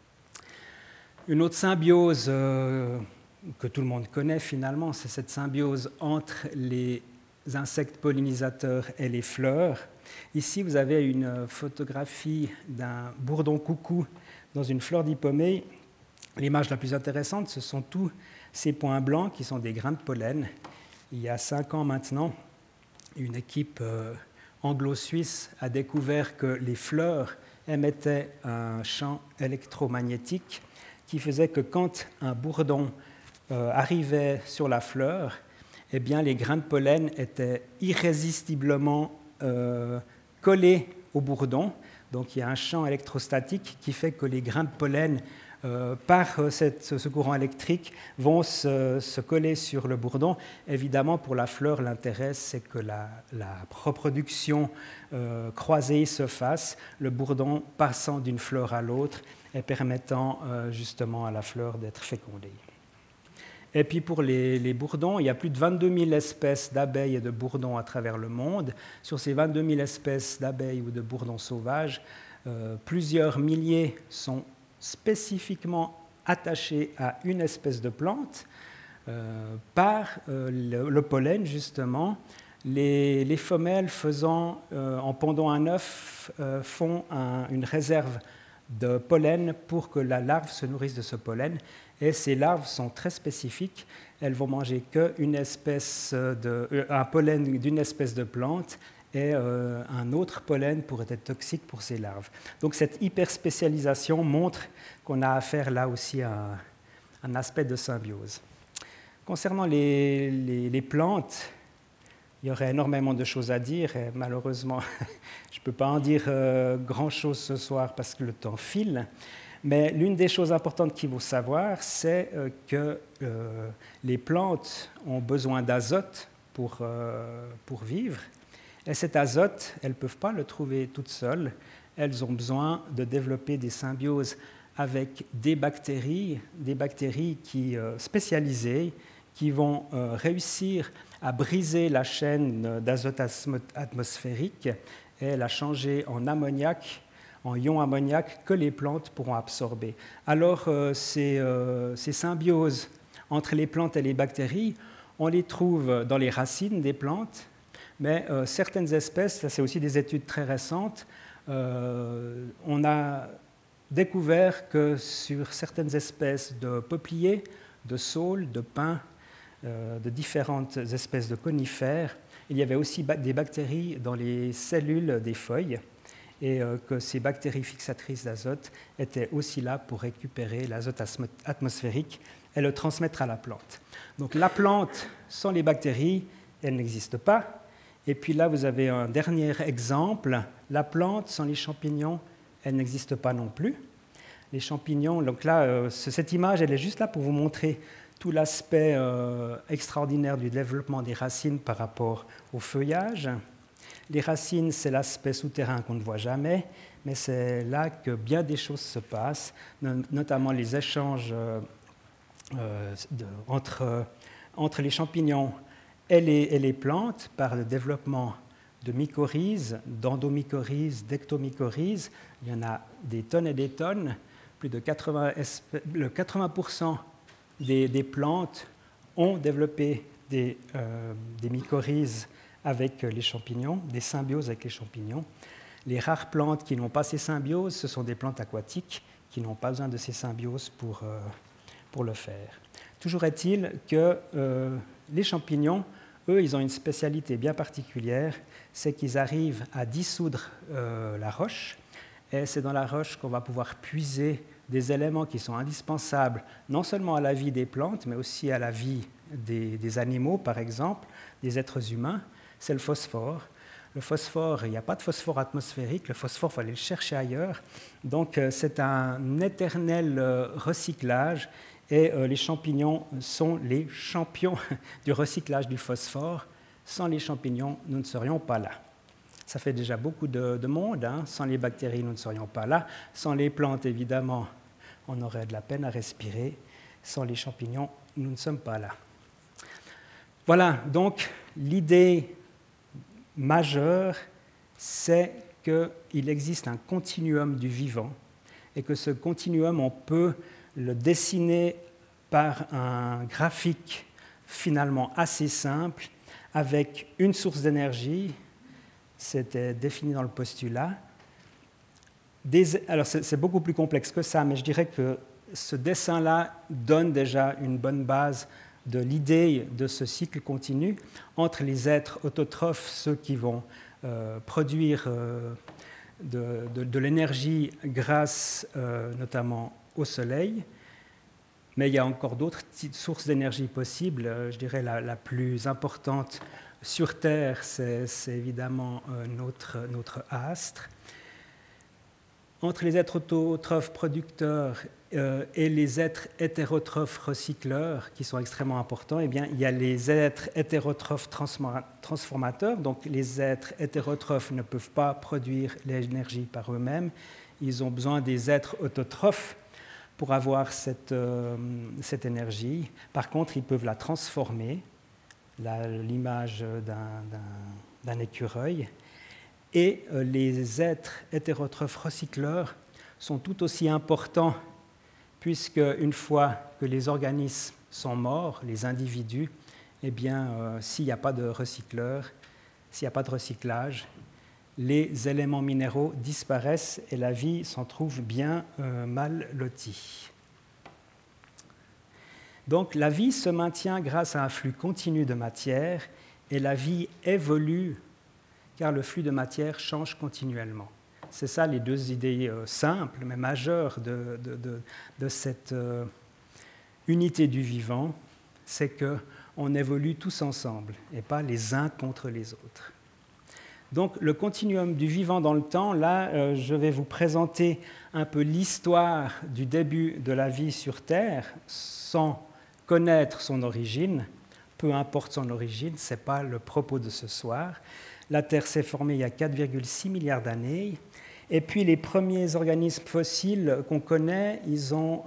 Une autre symbiose que tout le monde connaît finalement, c'est cette symbiose entre les insectes pollinisateurs et les fleurs. Ici, vous avez une photographie d'un bourdon coucou dans une fleur d'hypomée. L'image la plus intéressante, ce sont tous ces points blancs qui sont des grains de pollen. Il y a 5 ans maintenant, une équipe anglo-suisse a découvert que les fleurs émettaient un champ électromagnétique qui faisait que quand un bourdon arrivait sur la fleur, eh bien, les grains de pollen étaient irrésistiblement collés au bourdon. Donc il y a un champ électrostatique qui fait que les grains de pollen, par ce courant électrique, vont se coller sur le bourdon. Évidemment, pour la fleur, l'intérêt, c'est que la reproduction croisée se fasse, le bourdon passant d'une fleur à l'autre et permettant justement à la fleur d'être fécondée. Et puis pour les bourdons, il y a plus de 22 000 espèces d'abeilles et de bourdons à travers le monde. Sur ces 22 000 espèces d'abeilles ou de bourdons sauvages, plusieurs milliers sont spécifiquement attachés à une espèce de plante par le pollen, justement. Les femelles en pondant un œuf font une réserve de pollen pour que la larve se nourrisse de ce pollen. Et ces larves sont très spécifiques. Elles vont manger un pollen d'une espèce de plante et un autre pollen pourrait être toxique pour ces larves. Donc cette hyperspécialisation montre qu'on a affaire là aussi à un aspect de symbiose. Concernant les plantes, il y aurait énormément de choses à dire et malheureusement, je ne peux pas en dire grand-chose ce soir parce que le temps file. Mais l'une des choses importantes qu'il faut savoir, c'est que les plantes ont besoin d'azote pour vivre. Et cet azote, elles ne peuvent pas le trouver toutes seules. Elles ont besoin de développer des symbioses avec des bactéries spécialisées qui vont réussir à briser la chaîne d'azote atmosphérique et la changer en ammoniac, en ion ammoniac que les plantes pourront absorber. Alors ces symbioses entre les plantes et les bactéries, on les trouve dans les racines des plantes, mais certaines espèces, ça c'est aussi des études très récentes, on a découvert que sur certaines espèces de peupliers, de saules, de pins, de différentes espèces de conifères, il y avait aussi des bactéries dans les cellules des feuilles et que ces bactéries fixatrices d'azote étaient aussi là pour récupérer l'azote atmosphérique et le transmettre à la plante. Donc la plante, sans les bactéries, elle n'existe pas. Et puis là, vous avez un dernier exemple. La plante, sans les champignons, elle n'existe pas non plus. Les champignons, donc là, cette image, elle est juste là pour vous montrer tout l'aspect extraordinaire du développement des racines par rapport au feuillage. Les racines, c'est l'aspect souterrain qu'on ne voit jamais, mais c'est là que bien des choses se passent, notamment les échanges entre les champignons et les plantes par le développement de mycorhizes, d'endomycorhizes, d'ectomycorhizes. Il y en a des tonnes et des tonnes. Plus de 80% des plantes ont développé des mycorhizes avec les champignons, des symbioses avec les champignons. Les rares plantes qui n'ont pas ces symbioses, ce sont des plantes aquatiques qui n'ont pas besoin de ces symbioses pour le faire. Toujours est-il que les champignons, eux, ils ont une spécialité bien particulière, c'est qu'ils arrivent à dissoudre la roche, et c'est dans la roche qu'on va pouvoir puiser des éléments qui sont indispensables non seulement à la vie des plantes, mais aussi à la vie des animaux, par exemple, des êtres humains, c'est le phosphore. Le phosphore, il n'y a pas de phosphore atmosphérique, le phosphore, il faut aller le chercher ailleurs. Donc c'est un éternel recyclage et les champignons sont les champions du recyclage du phosphore. Sans les champignons, nous ne serions pas là. Ça fait déjà beaucoup de monde. Hein. Sans les bactéries, nous ne serions pas là. Sans les plantes, évidemment, on aurait de la peine à respirer. Sans les champignons, nous ne sommes pas là. Voilà, donc l'idée majeure, c'est qu'il existe un continuum du vivant et que ce continuum, on peut le dessiner par un graphique finalement assez simple avec une source d'énergie. C'était défini dans le postulat. Alors c'est beaucoup plus complexe que ça, mais je dirais que ce dessin-là donne déjà une bonne base de l'idée de ce cycle continu entre les êtres autotrophes, ceux qui vont produire de l'énergie grâce notamment au soleil, mais il y a encore d'autres sources d'énergie possibles. Je dirais la plus importante sur Terre, c'est évidemment notre astre. Entre les êtres autotrophes producteurs et les êtres hétérotrophes recycleurs, qui sont extrêmement importants, eh bien, il y a les êtres hétérotrophes transformateurs. Donc, les êtres hétérotrophes ne peuvent pas produire l'énergie par eux-mêmes. Ils ont besoin des êtres autotrophes pour avoir cette énergie. Par contre, ils peuvent la transformer. L'image d'un écureuil. Et les êtres hétérotrophes recycleurs sont tout aussi importants puisque une fois que les organismes sont morts, les individus, eh bien, s'il n'y a pas de recycleurs, s'il n'y a pas de recyclage, les éléments minéraux disparaissent et la vie s'en trouve bien mal lotie. Donc la vie se maintient grâce à un flux continu de matière et la vie évolue car le flux de matière change continuellement. C'est ça les deux idées simples mais majeures de cette unité du vivant, c'est qu'on évolue tous ensemble et pas les uns contre les autres. Donc le continuum du vivant dans le temps, là je vais vous présenter un peu l'histoire du début de la vie sur Terre sans connaître son origine, peu importe son origine, ce n'est pas le propos de ce soir. La Terre s'est formée il y a 4,6 milliards d'années, et puis les premiers organismes fossiles qu'on connaît, ils ont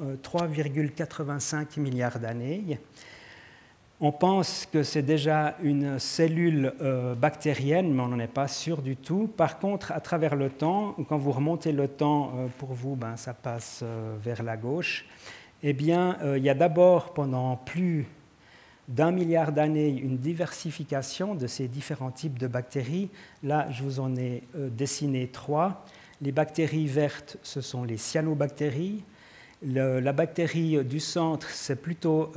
3,85 milliards d'années. On pense que c'est déjà une cellule bactérienne, mais on n'en est pas sûr du tout. Par contre, à travers le temps, quand vous remontez le temps, pour vous, ça passe vers la gauche, eh bien, il y a d'abord, pendant plus d'1 milliard d'années, une diversification de ces différents types de bactéries. Là, je vous en ai dessiné 3. Les bactéries vertes, ce sont les cyanobactéries. La bactérie du centre, c'est plutôt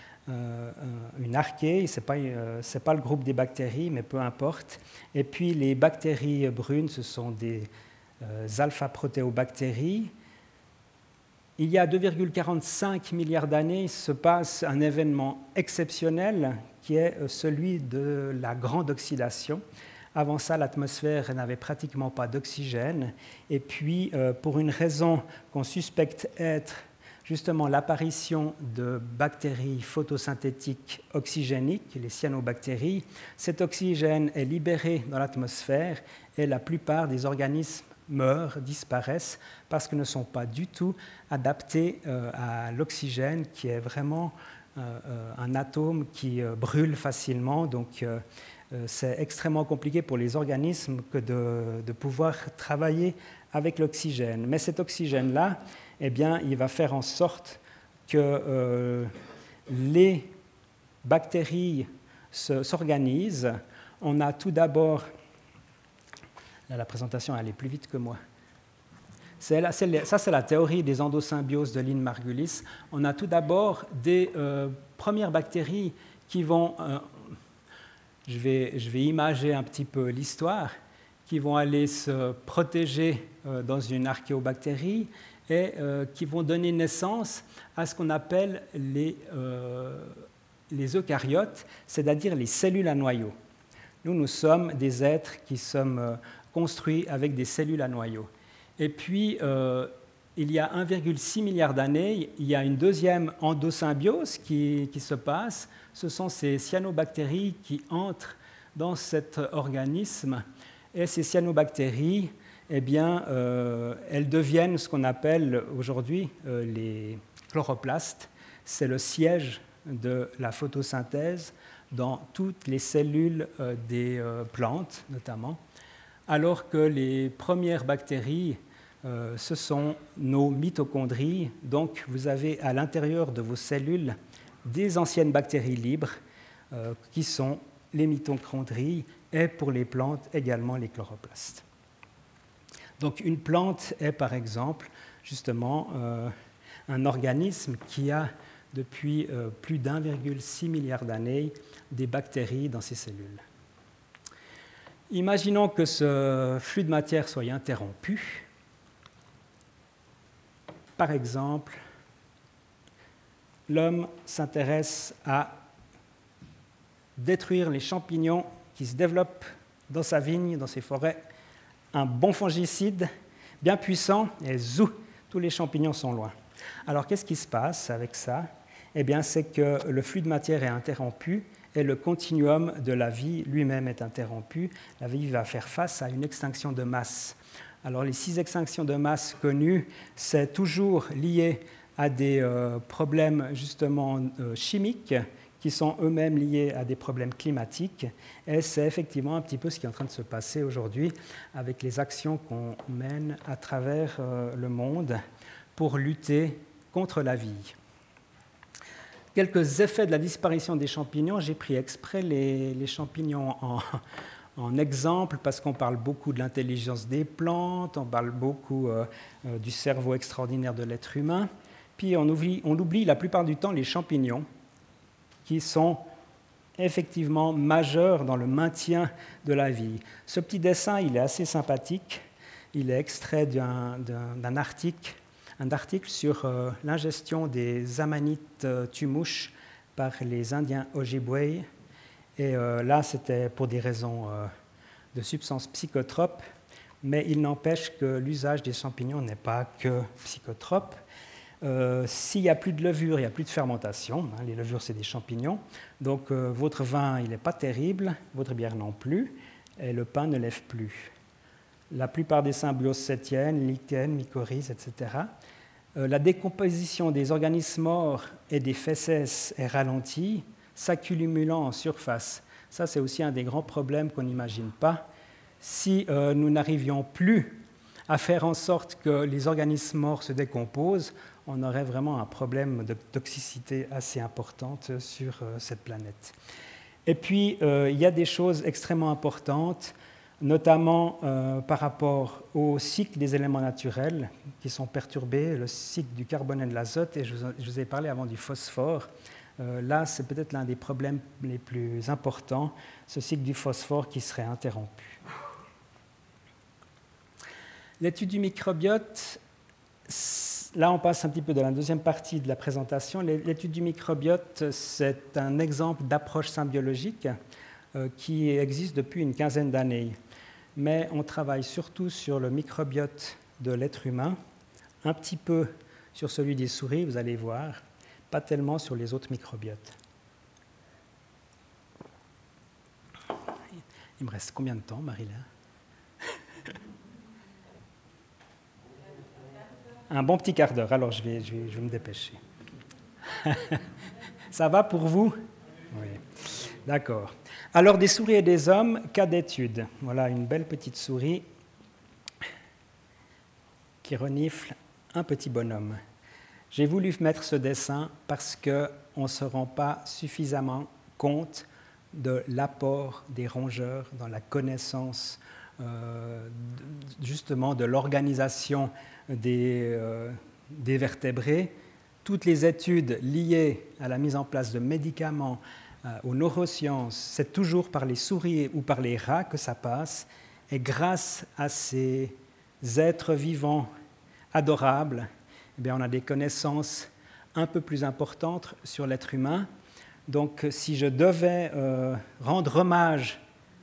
une archée, ce n'est pas le groupe des bactéries, mais peu importe. Et puis les bactéries brunes, ce sont des alpha-protéobactéries. Il y a 2,45 milliards d'années se passe un événement exceptionnel qui est celui de la grande oxydation. Avant ça, l'atmosphère n'avait pratiquement pas d'oxygène. Et puis, pour une raison qu'on suspecte être justement l'apparition de bactéries photosynthétiques oxygéniques, les cyanobactéries, cet oxygène est libéré dans l'atmosphère et la plupart des organismes meurent, disparaissent, parce qu'ils ne sont pas du tout adaptés à l'oxygène, qui est vraiment un atome qui brûle facilement. Donc, c'est extrêmement compliqué pour les organismes que de pouvoir travailler avec l'oxygène. Mais cet oxygène-là, eh bien, il va faire en sorte que les bactéries s'organisent. On a tout d'abord... Là, la présentation, elle est plus vite que moi. Ça, c'est la théorie des endosymbioses de Lynn Margulis. On a tout d'abord des premières bactéries qui vont... je vais imager un petit peu l'histoire, qui vont aller se protéger dans une archéobactérie et qui vont donner naissance à ce qu'on appelle les eucaryotes, c'est-à-dire les cellules à noyau. Nous sommes des êtres qui sommes construits avec des cellules à noyau. Et puis, il y a 1,6 milliard d'années, il y a une deuxième endosymbiose qui se passe. Ce sont ces cyanobactéries qui entrent dans cet organisme. Et ces cyanobactéries, eh bien, elles deviennent ce qu'on appelle aujourd'hui les chloroplastes. C'est le siège de la photosynthèse dans toutes les cellules des plantes, notamment, alors que les premières bactéries, ce sont nos mitochondries. Donc, vous avez à l'intérieur de vos cellules des anciennes bactéries libres qui sont les mitochondries et pour les plantes également les chloroplastes. Donc, une plante est par exemple justement un organisme qui a depuis plus d'1,6 milliard d'années des bactéries dans ses cellules. Imaginons que ce flux de matière soit interrompu. Par exemple, l'homme s'intéresse à détruire les champignons qui se développent dans sa vigne, dans ses forêts. Un bon fongicide bien puissant et zou, tous les champignons sont loin. Alors qu'est-ce qui se passe avec ça ? Eh bien, c'est que le flux de matière est interrompu et le continuum de la vie lui-même est interrompu. La vie va faire face à une extinction de masse. Alors, les 6 extinctions de masse connues, c'est toujours lié à des problèmes justement chimiques qui sont eux-mêmes liés à des problèmes climatiques. Et c'est effectivement un petit peu ce qui est en train de se passer aujourd'hui avec les actions qu'on mène à travers le monde pour lutter contre la vie. Quelques effets de la disparition des champignons. J'ai pris exprès les champignons en exemple parce qu'on parle beaucoup de l'intelligence des plantes, on parle beaucoup du cerveau extraordinaire de l'être humain, puis on oublie la plupart du temps les champignons qui sont effectivement majeurs dans le maintien de la vie. Ce petit dessin, il est assez sympathique. Il est extrait d'un article, sur l'ingestion des amanites tumouches par les Indiens Ojibwe. Et là, c'était pour des raisons de substances psychotropes, mais il n'empêche que l'usage des champignons n'est pas que psychotrope. S'il n'y a plus de levure, il n'y a plus de fermentation. Les levures, c'est des champignons. Donc, votre vin, il n'est pas terrible, votre bière non plus, et le pain ne lève plus. La plupart des symbioses s'étiennent, lichen, mycorhizes, etc. La décomposition des organismes morts et des fesses est ralentie, s'accumulant en surface. Ça, c'est aussi un des grands problèmes qu'on n'imagine pas. Si nous n'arrivions plus à faire en sorte que les organismes morts se décomposent, on aurait vraiment un problème de toxicité assez importante sur cette planète. Et puis, il y a des choses extrêmement importantes, notamment par rapport au cycle des éléments naturels qui sont perturbés, le cycle du carbone et de l'azote, et je vous ai parlé avant du phosphore. Là, c'est peut-être l'un des problèmes les plus importants, ce cycle du phosphore qui serait interrompu. L'étude du microbiote, là on passe un petit peu de la deuxième partie de la présentation. L'étude du microbiote, c'est un exemple d'approche symbiologique qui existe depuis une quinzaine d'années. Mais on travaille surtout sur le microbiote de l'être humain, un petit peu sur celui des souris, vous allez voir, pas tellement sur les autres microbiotes. Il me reste combien de temps, Marie-Léa ? Un bon petit quart d'heure, alors je vais me dépêcher. Ça va pour vous ? Oui. D'accord. Alors, des souris et des hommes, cas d'étude. Voilà une belle petite souris qui renifle un petit bonhomme. J'ai voulu mettre ce dessin parce qu'on ne se rend pas suffisamment compte de l'apport des rongeurs dans la connaissance justement de l'organisation des vertébrés. Toutes les études liées à la mise en place de médicaments, aux neurosciences, c'est toujours par les souris ou par les rats que ça passe. Et grâce à ces êtres vivants adorables, eh bien, on a des connaissances un peu plus importantes sur l'être humain. Donc, si je devais rendre hommage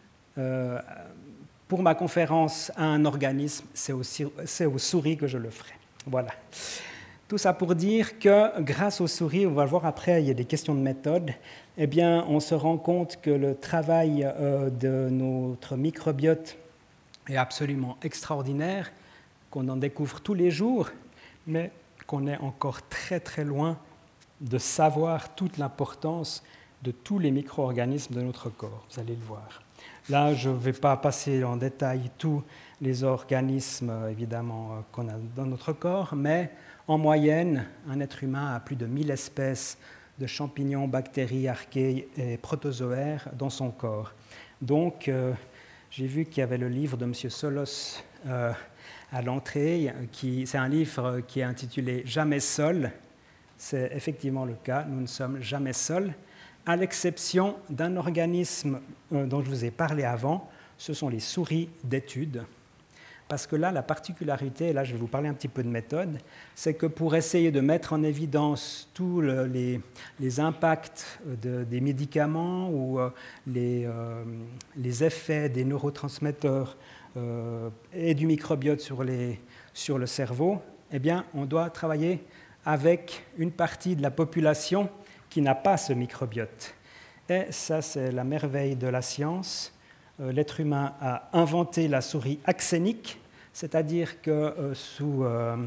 pour ma conférence à un organisme, c'est aux souris que je le ferai. Voilà. Tout ça pour dire que grâce aux souris, on va le voir après, il y a des questions de méthode, eh bien, on se rend compte que le travail de notre microbiote est absolument extraordinaire, qu'on en découvre tous les jours, mais qu'on est encore très très loin de savoir toute l'importance de tous les micro-organismes de notre corps. Vous allez le voir. Là, je ne vais pas passer en détail tous les organismes, évidemment, qu'on a dans notre corps, mais en moyenne, un être humain a plus de 1000 espèces de champignons, bactéries, archées et protozoaires dans son corps. Donc, j'ai vu qu'il y avait le livre de M. Solos à l'entrée. C'est un livre qui est intitulé « Jamais seul ». C'est effectivement le cas, nous ne sommes jamais seuls, à l'exception d'un organisme dont je vous ai parlé avant, ce sont les souris d'étude. Parce que là, la particularité, et là je vais vous parler un petit peu de méthode, c'est que pour essayer de mettre en évidence tous les impacts des médicaments ou les effets des neurotransmetteurs et du microbiote sur le cerveau, eh bien, on doit travailler avec une partie de la population qui n'a pas ce microbiote. Et ça, c'est la merveille de la science. L'être humain a inventé la souris axénique, c'est-à-dire que sous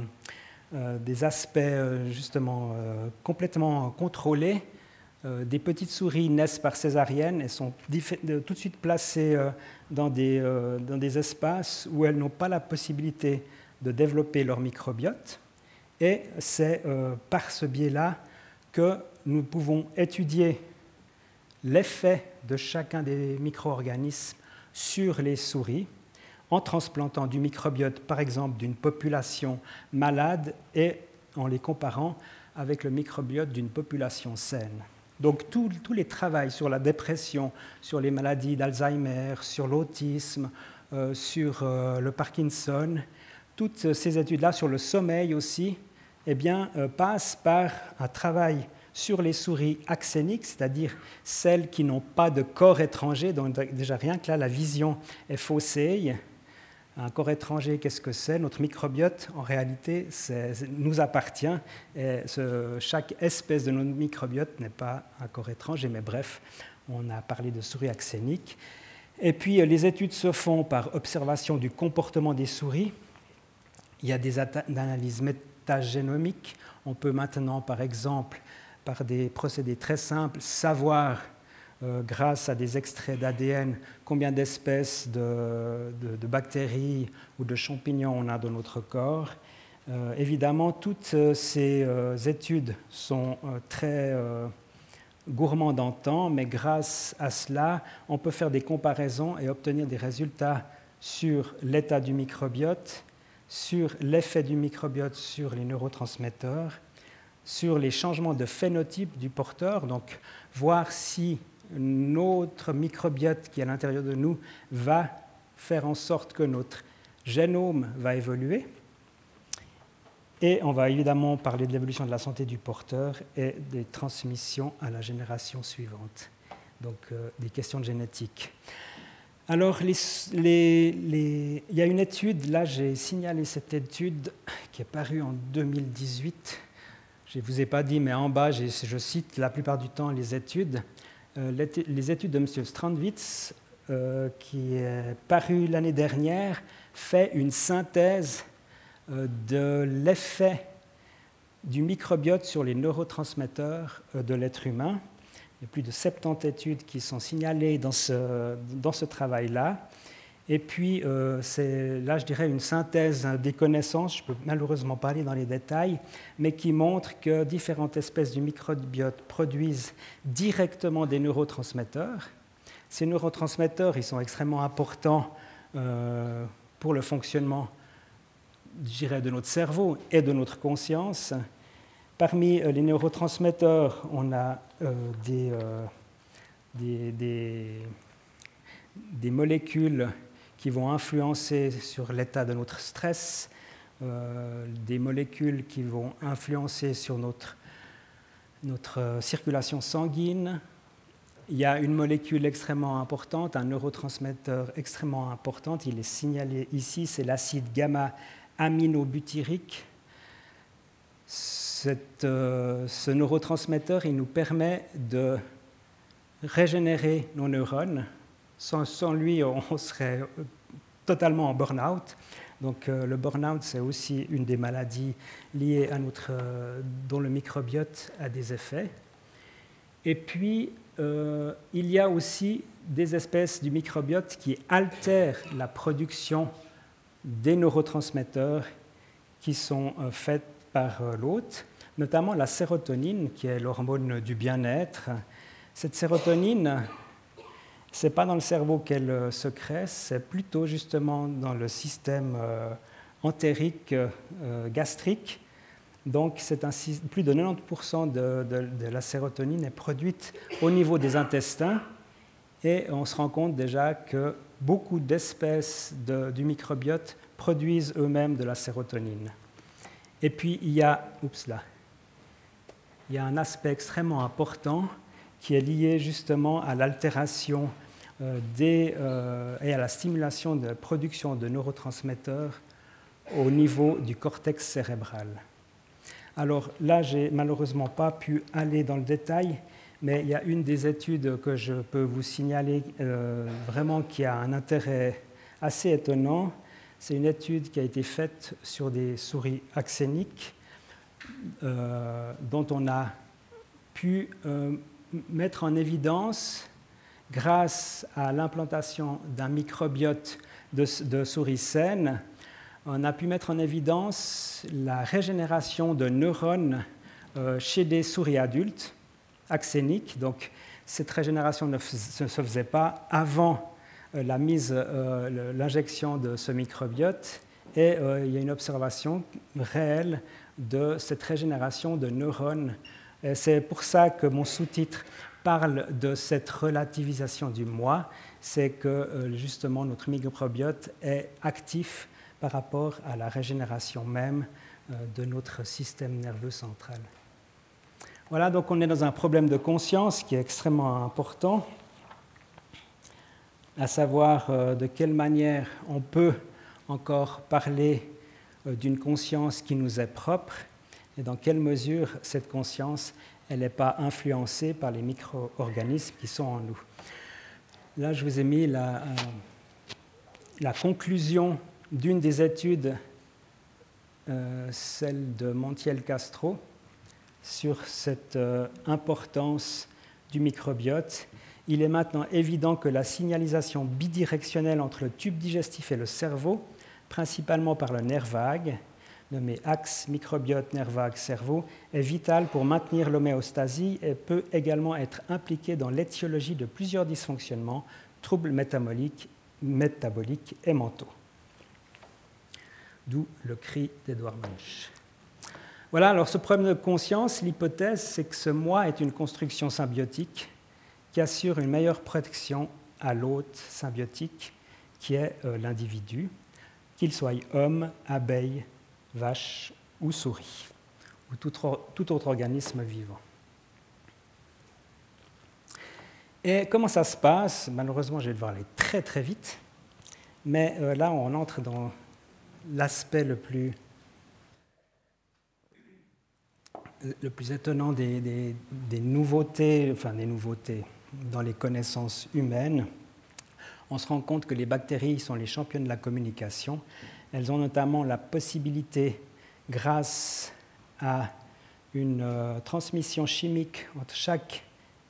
des aspects justement complètement contrôlés, des petites souris naissent par césarienne et sont tout de suite placées dans des espaces où elles n'ont pas la possibilité de développer leur microbiote. Et c'est par ce biais-là que nous pouvons étudier l'effet de chacun des micro-organismes sur les souris en transplantant du microbiote, par exemple, d'une population malade et en les comparant avec le microbiote d'une population saine. Donc tous les travaux sur la dépression, sur les maladies d'Alzheimer, sur l'autisme, sur le Parkinson, toutes ces études-là, sur le sommeil aussi, passent par un travail sur les souris axéniques, c'est-à-dire celles qui n'ont pas de corps étranger, donc déjà rien que là, la vision est faussée. Un corps étranger, qu'est-ce que c'est? Notre microbiote, en réalité, nous appartient. Et chaque espèce de notre microbiote n'est pas un corps étranger, mais bref, on a parlé de souris axéniques. Et puis, les études se font par observation du comportement des souris. Il y a des analyses métagénomiques. On peut maintenant, par exemple, par des procédés très simples, savoir grâce à des extraits d'ADN, combien d'espèces de bactéries ou de champignons on a dans notre corps. Évidemment, toutes ces études sont très gourmandes en temps, mais grâce à cela, on peut faire des comparaisons et obtenir des résultats sur l'état du microbiote, sur l'effet du microbiote sur les neurotransmetteurs, sur les changements de phénotype du porteur, donc voir si notre microbiote qui est à l'intérieur de nous va faire en sorte que notre génome va évoluer. Et on va évidemment parler de l'évolution de la santé du porteur et des transmissions à la génération suivante. Donc des questions de génétique. Alors, il y a une étude, là j'ai signalé cette étude qui est parue en 2018. Je ne vous ai pas dit, mais en bas, je cite la plupart du temps les études. Les études de M. Strandwitz, qui est paru l'année dernière, fait une synthèse de l'effet du microbiote sur les neurotransmetteurs de l'être humain. Il y a plus de 70 études qui sont signalées dans ce travail-là. Et puis, c'est là, je dirais, une synthèse des connaissances, je ne peux malheureusement pas aller dans les détails, mais qui montre que différentes espèces du microbiote produisent directement des neurotransmetteurs. Ces neurotransmetteurs, ils sont extrêmement importants pour le fonctionnement, je dirais, de notre cerveau et de notre conscience. Parmi les neurotransmetteurs, on a des molécules qui vont influencer sur l'état de notre stress, des molécules qui vont influencer sur notre circulation sanguine. Il y a une molécule extrêmement importante, un neurotransmetteur extrêmement important, il est signalé ici, c'est l'acide gamma-aminobutyrique. Ce neurotransmetteur, il nous permet de régénérer nos neurones. Sans lui, on serait totalement en burn-out. Donc, le burn-out, c'est aussi une des maladies liées à dont le microbiote a des effets. Et puis, il y a aussi des espèces du microbiote qui altèrent la production des neurotransmetteurs qui sont faits par l'hôte, notamment la sérotonine, qui est l'hormone du bien-être. Cette sérotonine, ce n'est pas dans le cerveau qu'elle se crée, c'est plutôt justement dans le système entérique gastrique. Donc, plus de 90% de la sérotonine est produite au niveau des intestins et on se rend compte déjà que beaucoup d'espèces du microbiote produisent eux-mêmes de la sérotonine. Et puis, il y a un aspect extrêmement important qui est lié justement à l'altération et à la stimulation de production de neurotransmetteurs au niveau du cortex cérébral. Alors là, je n'ai malheureusement pas pu aller dans le détail, mais il y a une des études que je peux vous signaler vraiment qui a un intérêt assez étonnant. C'est une étude qui a été faite sur des souris axéniques dont on a pu mettre en évidence, grâce à l'implantation d'un microbiote de souris saines, on a pu mettre en évidence la régénération de neurones chez des souris adultes axéniques. Donc, cette régénération ne se faisait pas avant l'injection de ce microbiote, et il y a une observation réelle de cette régénération de neurones. Et c'est pour ça que mon sous-titre parle de cette relativisation du moi, c'est que justement notre microbiote est actif par rapport à la régénération même de notre système nerveux central. Voilà, donc on est dans un problème de conscience qui est extrêmement important, à savoir de quelle manière on peut encore parler d'une conscience qui nous est propre et dans quelle mesure cette conscience elle n'est pas influencée par les micro-organismes qui sont en nous. Là, je vous ai mis la conclusion d'une des études, celle de Montiel-Castro, sur cette importance du microbiote. Il est maintenant évident que la signalisation bidirectionnelle entre le tube digestif et le cerveau, principalement par le nerf vague, nommé axe microbiote-nerf vague-cerveau, est vitale pour maintenir l'homéostasie et peut également être impliquée dans l'étiologie de plusieurs dysfonctionnements, troubles métaboliques et mentaux. D'où le cri d'Edouard Munch. Voilà, alors ce problème de conscience, l'hypothèse, c'est que ce moi est une construction symbiotique qui assure une meilleure protection à l'hôte symbiotique qui est l'individu, qu'il soit homme, abeille, vache ou souris, ou tout autre organisme vivant. Et comment ça se passe? Malheureusement, je vais devoir aller très très vite, mais là on entre dans l'aspect le plus étonnant des nouveautés, dans les connaissances humaines. On se rend compte que les bactéries sont les championnes de la communication. Elles ont notamment la possibilité, grâce à une transmission chimique entre chaque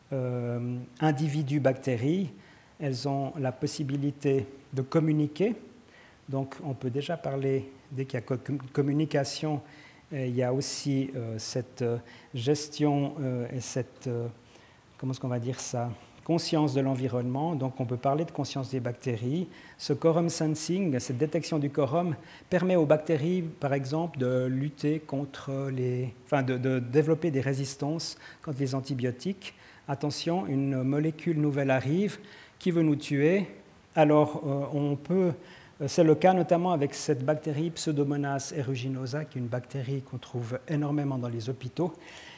individu bactérie, elles ont la possibilité de communiquer. Donc on peut déjà parler, dès qu'il y a communication, il y a aussi cette gestion et cette, comment est-ce qu'on va dire ça, conscience de l'environnement. Donc on peut parler de conscience des bactéries. Ce quorum sensing, cette détection du quorum, permet aux bactéries, par exemple, de lutter contre de développer des résistances contre les antibiotiques. Attention, une molécule nouvelle arrive qui veut nous tuer. Alors c'est le cas notamment avec cette bactérie Pseudomonas aeruginosa, qui est une bactérie qu'on trouve énormément dans les hôpitaux.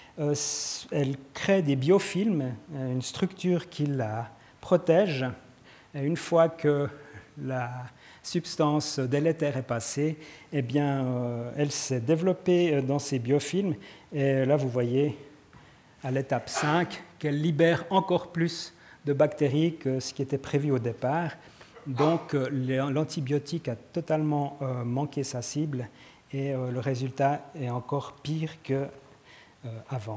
Elle crée des biofilms, une structure qui la protège. Et une fois que la substance délétère est passée, eh bien, elle s'est développée dans ces biofilms. Et là, vous voyez, à l'étape 5, qu'elle libère encore plus de bactéries que ce qui était prévu au départ. Donc, l'antibiotique a totalement manqué sa cible et le résultat est encore pire qu'avant.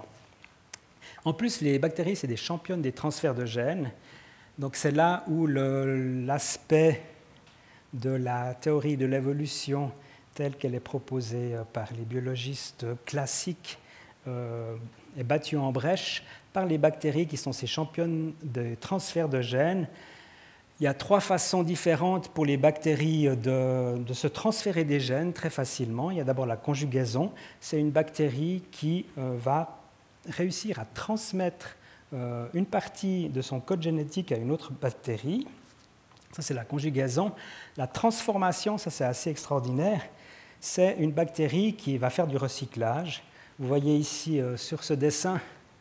En plus, les bactéries, c'est des championnes des transferts de gènes. Donc, c'est là où l'aspect de la théorie de l'évolution telle qu'elle est proposée par les biologistes classiques est battue en brèche par les bactéries qui sont ces championnes des transferts de gènes. Il y a 3 façons différentes pour les bactéries de se transférer des gènes très facilement. Il y a d'abord la conjugaison. C'est une bactérie qui va réussir à transmettre une partie de son code génétique à une autre bactérie. Ça, c'est la conjugaison. La transformation, ça, c'est assez extraordinaire. C'est une bactérie qui va faire du recyclage. Vous voyez ici sur ce dessin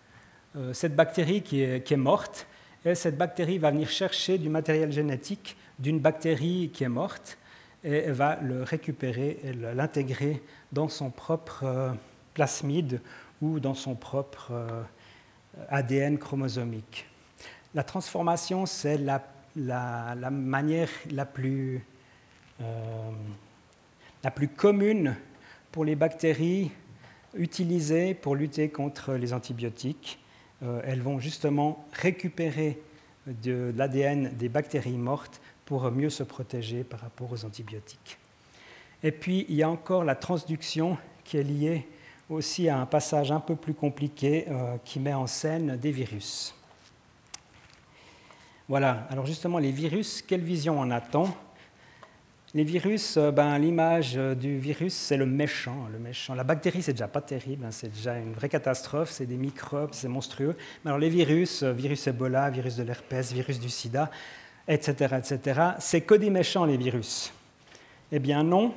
cette bactérie qui est morte. Et cette bactérie va venir chercher du matériel génétique d'une bactérie qui est morte et elle va le récupérer et l'intégrer dans son propre plasmide ou dans son propre ADN chromosomique. La transformation, c'est la manière la plus commune pour les bactéries utilisées pour lutter contre les antibiotiques. Elles vont justement récupérer de l'ADN des bactéries mortes pour mieux se protéger par rapport aux antibiotiques. Et puis, il y a encore la transduction qui est liée aussi à un passage un peu plus compliqué qui met en scène des virus. Voilà, alors justement, les virus, quelle vision en a-t-on? Les virus, l'image du virus, c'est le méchant, le méchant. La bactérie, c'est déjà pas terrible, c'est déjà une vraie catastrophe, c'est des microbes, c'est monstrueux. Mais alors les virus, virus Ebola, virus de l'herpès, virus du sida, etc., c'est que des méchants, les virus. Eh bien non.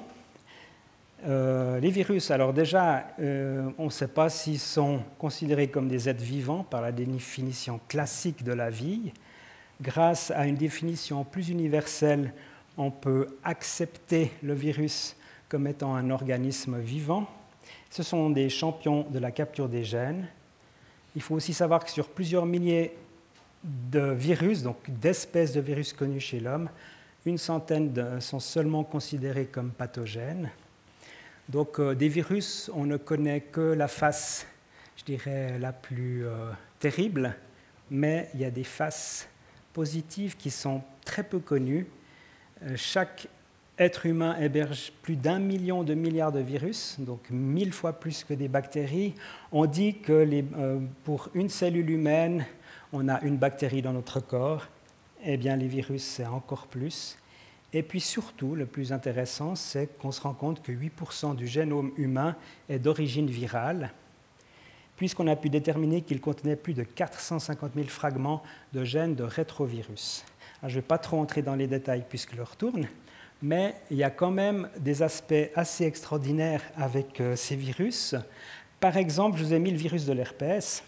Les virus, alors déjà, on ne sait pas s'ils sont considérés comme des êtres vivants par la définition classique de la vie. Grâce à une définition plus universelle, on peut accepter le virus comme étant un organisme vivant. Ce sont des champions de la capture des gènes. Il faut aussi savoir que sur plusieurs milliers de virus, donc d'espèces de virus connues chez l'homme, une centaine sont seulement considérés comme pathogènes. Donc des virus, on ne connaît que la face, je dirais, la plus terrible, mais il y a des faces positives qui sont très peu connues. Chaque être humain héberge plus d'1 million de milliards de virus, donc 1000 fois plus que des bactéries. On dit que pour une cellule humaine, on a une bactérie dans notre corps. Eh bien, les virus, c'est encore plus. Et puis surtout, le plus intéressant, c'est qu'on se rend compte que 8% du génome humain est d'origine virale, puisqu'on a pu déterminer qu'il contenait plus de 450 000 fragments de gènes de rétrovirus. Alors, je ne vais pas trop entrer dans les détails puisque l'heure tourne, mais il y a quand même des aspects assez extraordinaires avec ces virus. Par exemple, je vous ai mis le virus de l'herpès.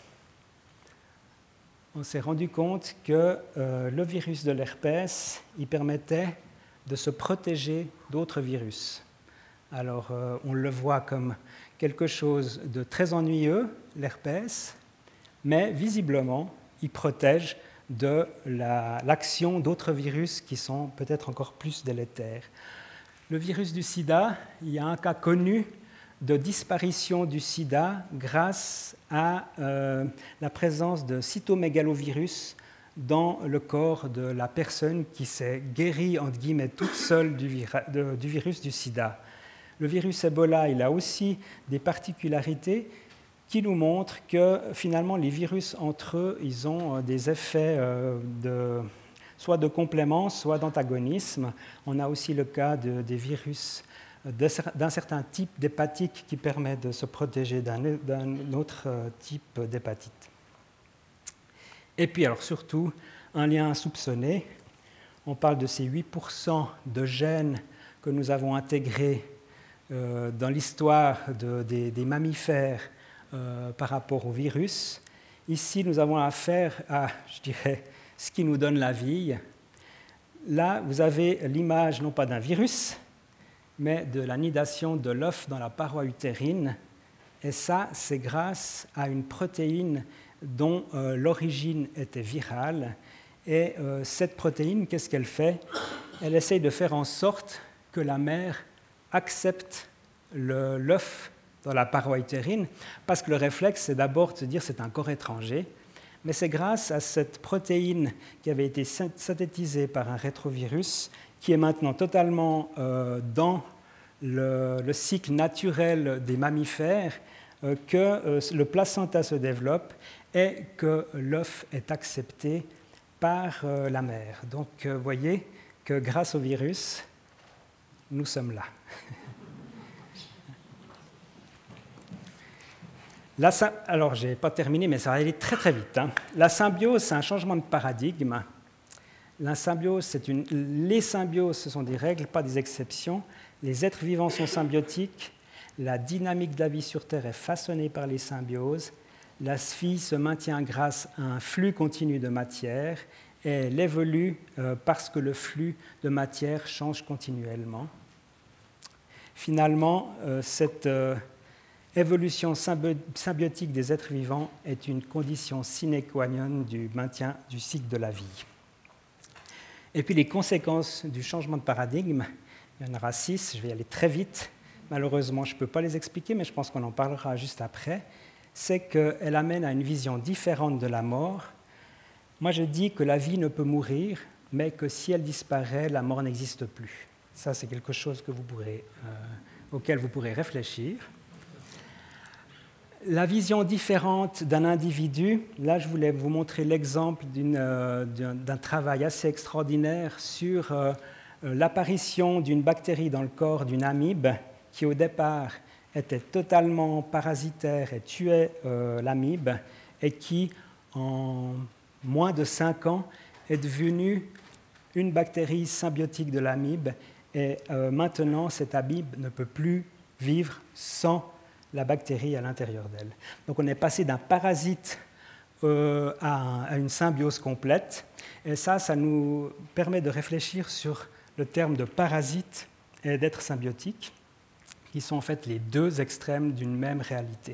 On s'est rendu compte que le virus de l'herpès, il permettait de se protéger d'autres virus. Alors, on le voit comme quelque chose de très ennuyeux, l'herpès, mais visiblement, il protège de l'action d'autres virus qui sont peut-être encore plus délétères. Le virus du sida, il y a un cas connu de disparition du sida grâce à la présence de cytomégalovirus dans le corps de la personne qui s'est guérie, entre guillemets, toute seule du virus du sida. Le virus Ebola, il a aussi des particularités qui nous montrent que finalement les virus entre eux, ils ont des effets soit de complément, soit d'antagonisme. On a aussi le cas des virus d'un certain type d'hépatite qui permet de se protéger d'un autre type d'hépatite. Et puis alors surtout, un lien insoupçonné. On parle de ces 8% de gènes que nous avons intégrés dans l'histoire des mammifères par rapport au virus. Ici, nous avons affaire à, je dirais, ce qui nous donne la vie. Là, vous avez l'image non pas d'un virus, mais de la nidation de l'œuf dans la paroi utérine. Et ça, c'est grâce à une protéine dont l'origine était virale. Et cette protéine, qu'est-ce qu'elle fait? Elle essaye de faire en sorte que la mère accepte l'œuf dans la paroi utérine, parce que le réflexe, c'est d'abord de se dire c'est un corps étranger, mais c'est grâce à cette protéine qui avait été synthétisée par un rétrovirus, qui est maintenant totalement dans le cycle naturel des mammifères, que le placenta se développe et que l'œuf est accepté par la mère. Donc, vous voyez que grâce au virus, nous sommes là. Alors, je n'ai pas terminé, mais ça va aller très très vite. La symbiose, c'est un changement de paradigme. La symbiose, les symbioses, ce sont des règles, pas des exceptions. Les êtres vivants sont symbiotiques. La dynamique de la vie sur Terre est façonnée par les symbioses. La vie se maintient grâce à un flux continu de matière et elle évolue parce que le flux de matière change continuellement. Finalement, cette évolution symbiotique des êtres vivants est une condition sine qua non du maintien du cycle de la vie. Et puis les conséquences du changement de paradigme, il y en aura 6, je vais y aller très vite. Malheureusement, je ne peux pas les expliquer, mais je pense qu'on en parlera juste après. C'est qu'elle amène à une vision différente de la mort. Moi, je dis que la vie ne peut mourir, mais que si elle disparaît, la mort n'existe plus. Ça, c'est quelque chose que auquel vous pourrez réfléchir. La vision différente d'un individu, là je voulais vous montrer l'exemple d'un travail assez extraordinaire sur l'apparition d'une bactérie dans le corps d'une amibe qui au départ était totalement parasitaire et tuait l'amibe et qui en moins de 5 ans est devenue une bactérie symbiotique de l'amibe et maintenant cette amibe ne peut plus vivre sans la bactérie à l'intérieur d'elle. Donc on est passé d'un parasite à une symbiose complète. Et ça nous permet de réfléchir sur le terme de parasite et d'être symbiotique, qui sont en fait les deux extrêmes d'une même réalité.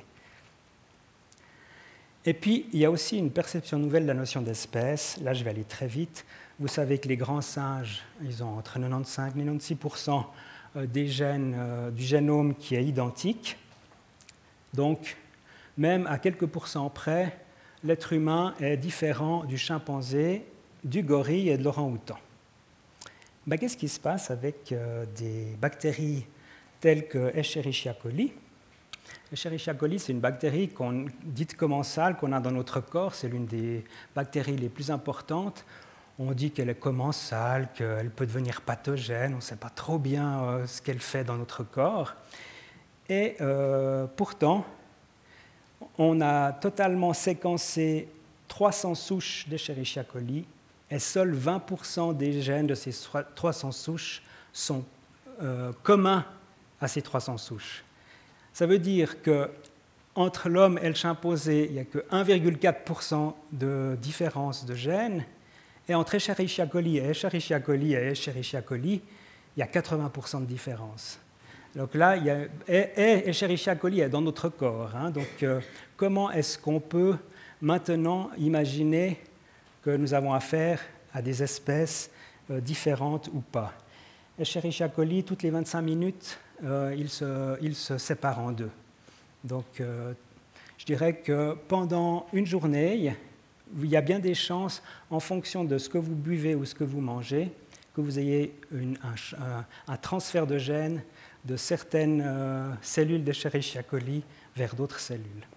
Et puis, il y a aussi une perception nouvelle de la notion d'espèce. Là, je vais aller très vite. Vous savez que les grands singes, ils ont entre 95 et 96% des gènes, du génome qui est identique. Donc, même à quelques pourcents près, l'être humain est différent du chimpanzé, du gorille et de l'orang-outan. Qu'est-ce qui se passe avec des bactéries telles que Escherichia coli? Escherichia coli, c'est une bactérie dite commensale qu'on a dans notre corps. C'est l'une des bactéries les plus importantes. On dit qu'elle est commensale, qu'elle peut devenir pathogène. On ne sait pas trop bien ce qu'elle fait dans notre corps. Et pourtant, on a totalement séquencé 300 souches d'Escherichia coli et seuls 20% des gènes de ces 300 souches sont communs à ces 300 souches. Ça veut dire qu'entre l'homme et le chimpanzé, il n'y a que 1,4% de différence de gènes, et entre Escherichia coli et Escherichia coli et Escherichia coli, il y a 80% de différence. Donc là, Escherichia coli est dans notre corps. Donc, comment est-ce qu'on peut maintenant imaginer que nous avons affaire à des espèces différentes ou pas? Escherichia coli, toutes les 25 minutes, il se sépare en deux. Donc, je dirais que pendant une journée, il y a bien des chances, en fonction de ce que vous buvez ou ce que vous mangez, que vous ayez un transfert de gènes de certaines cellules d'Escherichia coli vers d'autres cellules.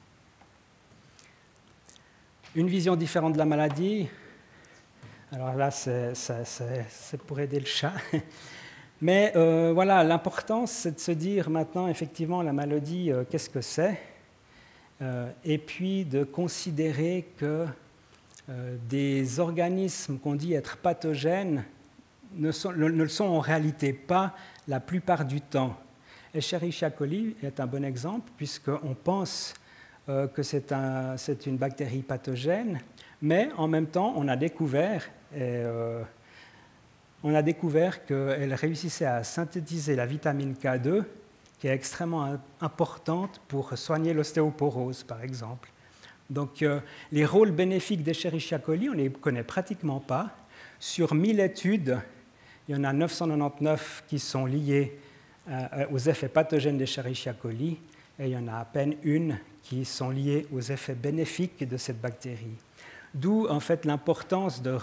Une vision différente de la maladie. Alors là, c'est pour aider le chat. Mais voilà, l'important, c'est de se dire maintenant, effectivement, la maladie, qu'est-ce que c'est? Et puis de considérer que des organismes qu'on dit être pathogènes ne le sont en réalité pas la plupart du temps. Escherichia coli est un bon exemple, puisqu'on pense que c'est une bactérie pathogène, mais en même temps, on a découvert qu'elle réussissait à synthétiser la vitamine K2, qui est extrêmement importante pour soigner l'ostéoporose, par exemple. Donc, les rôles bénéfiques d'Escherichia coli, on ne les connaît pratiquement pas. Sur 1000 études, il y en a 999 qui sont liées aux effets pathogènes d'Escherichia coli, et il y en a à peine une qui sont liées aux effets bénéfiques de cette bactérie. D'où, en fait, l'importance de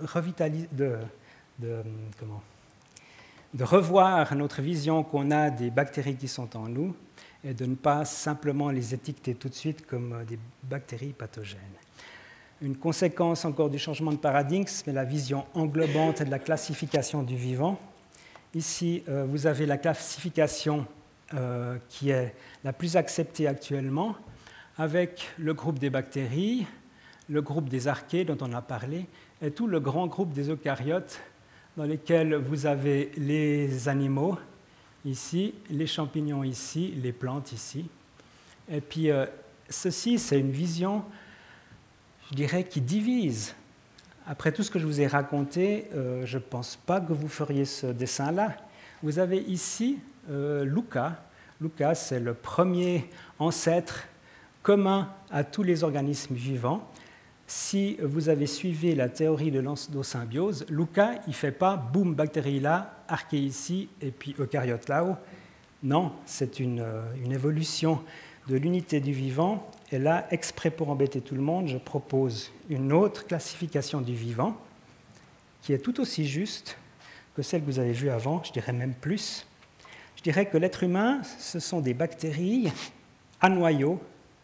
revoir notre vision qu'on a des bactéries qui sont en nous et de ne pas simplement les étiqueter tout de suite comme des bactéries pathogènes. Une conséquence encore du changement de paradigme, c'est la vision englobante de la classification du vivant. Ici, vous avez la classification qui est la plus acceptée actuellement, avec le groupe des bactéries, le groupe des archées dont on a parlé, et tout le grand groupe des eucaryotes, dans lesquels vous avez les animaux ici, les champignons ici, les plantes ici. Et puis, ceci, c'est une vision, je dirais, qui divise. Après tout ce que je vous ai raconté, je ne pense pas que vous feriez ce dessin-là. Vous avez ici Luca. Luca, c'est le premier ancêtre commun à tous les organismes vivants. Si vous avez suivi la théorie de l'endosymbiose, Luca, il ne fait pas « boum, bactérie là, archée ici, et puis eucaryote là-haut ». Non, c'est une évolution de l'unité du vivant. Et là, exprès pour embêter tout le monde, je propose une autre classification du vivant qui est tout aussi juste que celle que vous avez vue avant, je dirais même plus. Je dirais que l'être humain, ce sont des bactéries à noyau,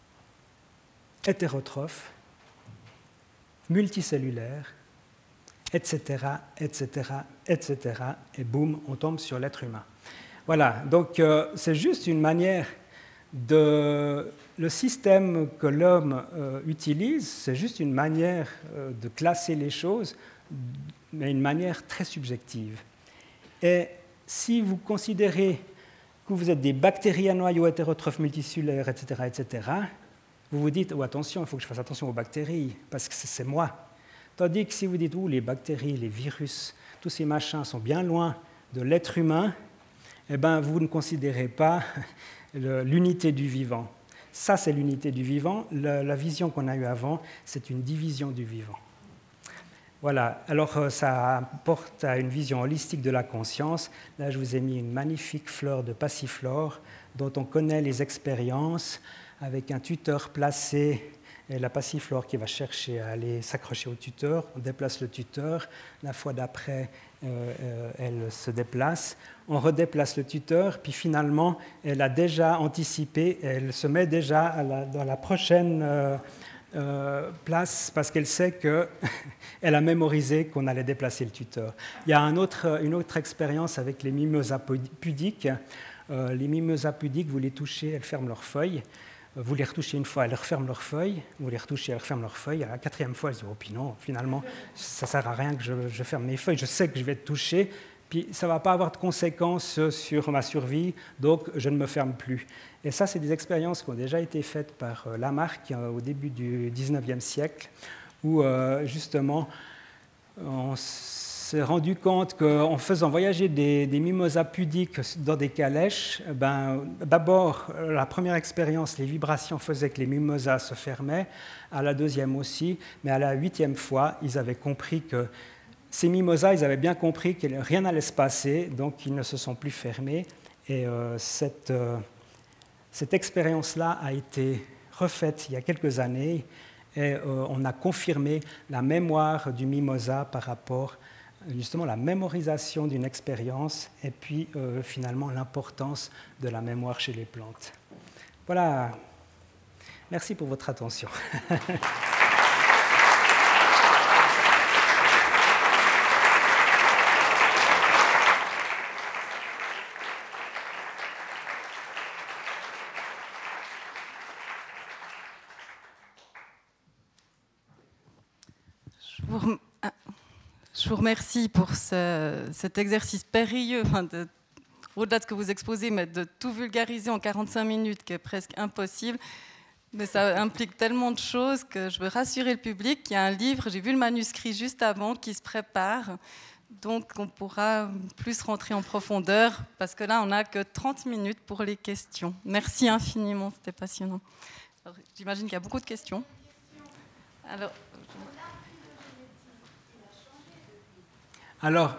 hétérotrophe, multicellulaire, etc., etc., etc., et boum, on tombe sur l'être humain. Voilà, donc c'est juste une manière de... Le système que l'homme utilise, c'est juste une manière de classer les choses, mais une manière très subjective. Et si vous considérez que vous êtes des bactéries à noyau hétérotrophes multicellulaires, etc., etc., vous vous dites, oh, attention, il faut que je fasse attention aux bactéries, parce que c'est moi. Tandis que si vous dites, les bactéries, les virus, tous ces machins sont bien loin de l'être humain, eh ben, vous ne considérez pas l'unité du vivant. Ça, c'est l'unité du vivant. La vision qu'on a eue avant, c'est une division du vivant. Voilà, alors ça porte à une vision holistique de la conscience. Là, je vous ai mis une magnifique fleur de passiflore dont on connaît les expériences, avec un tuteur placé et la passiflore qui va chercher à aller s'accrocher au tuteur. On déplace le tuteur, la fois d'après, elle se déplace. On redéplace le tuteur, puis finalement, elle a déjà anticipé, elle se met déjà dans la prochaine place parce qu'elle sait qu'elle a mémorisé qu'on allait déplacer le tuteur. Il y a une autre expérience avec les mimosas pudiques. Les mimosas pudiques, vous les touchez, elles ferment leurs feuilles. Vous les retouchez une fois, elles referment leurs feuilles. Vous les retouchez, elles referment leurs feuilles. À la 4e fois, elles disent, oh, puis non, finalement, ça ne sert à rien que je ferme mes feuilles. Je sais que je vais être touché, puis ça ne va pas avoir de conséquences sur ma survie, donc je ne me ferme plus. Et ça, c'est des expériences qui ont déjà été faites par Lamarck au début du 19e siècle, où justement, on s'est rendu compte qu'en faisant voyager des mimosas pudiques dans des calèches, d'abord, la première expérience, les vibrations faisaient que les mimosas se fermaient, à la deuxième aussi, mais à la 8e fois, ils avaient compris que ces mimosas, ils avaient bien compris que rien n'allait se passer, donc ils ne se sont plus fermés. Et cette expérience-là a été refaite il y a quelques années, et on a confirmé la mémoire du mimosa par rapport justement la mémorisation d'une expérience et puis finalement l'importance de la mémoire chez les plantes. Voilà. Merci pour votre attention. Je vous remercie pour cet exercice périlleux, au-delà de ce que vous exposez, mais de tout vulgariser en 45 minutes, qui est presque impossible. Mais ça implique tellement de choses que je veux rassurer le public qu'il y a un livre, j'ai vu le manuscrit juste avant, qui se prépare. Donc on pourra plus rentrer en profondeur, parce que là, on n'a que 30 minutes pour les questions. Merci infiniment, c'était passionnant. Alors, j'imagine qu'il y a beaucoup de questions. Alors,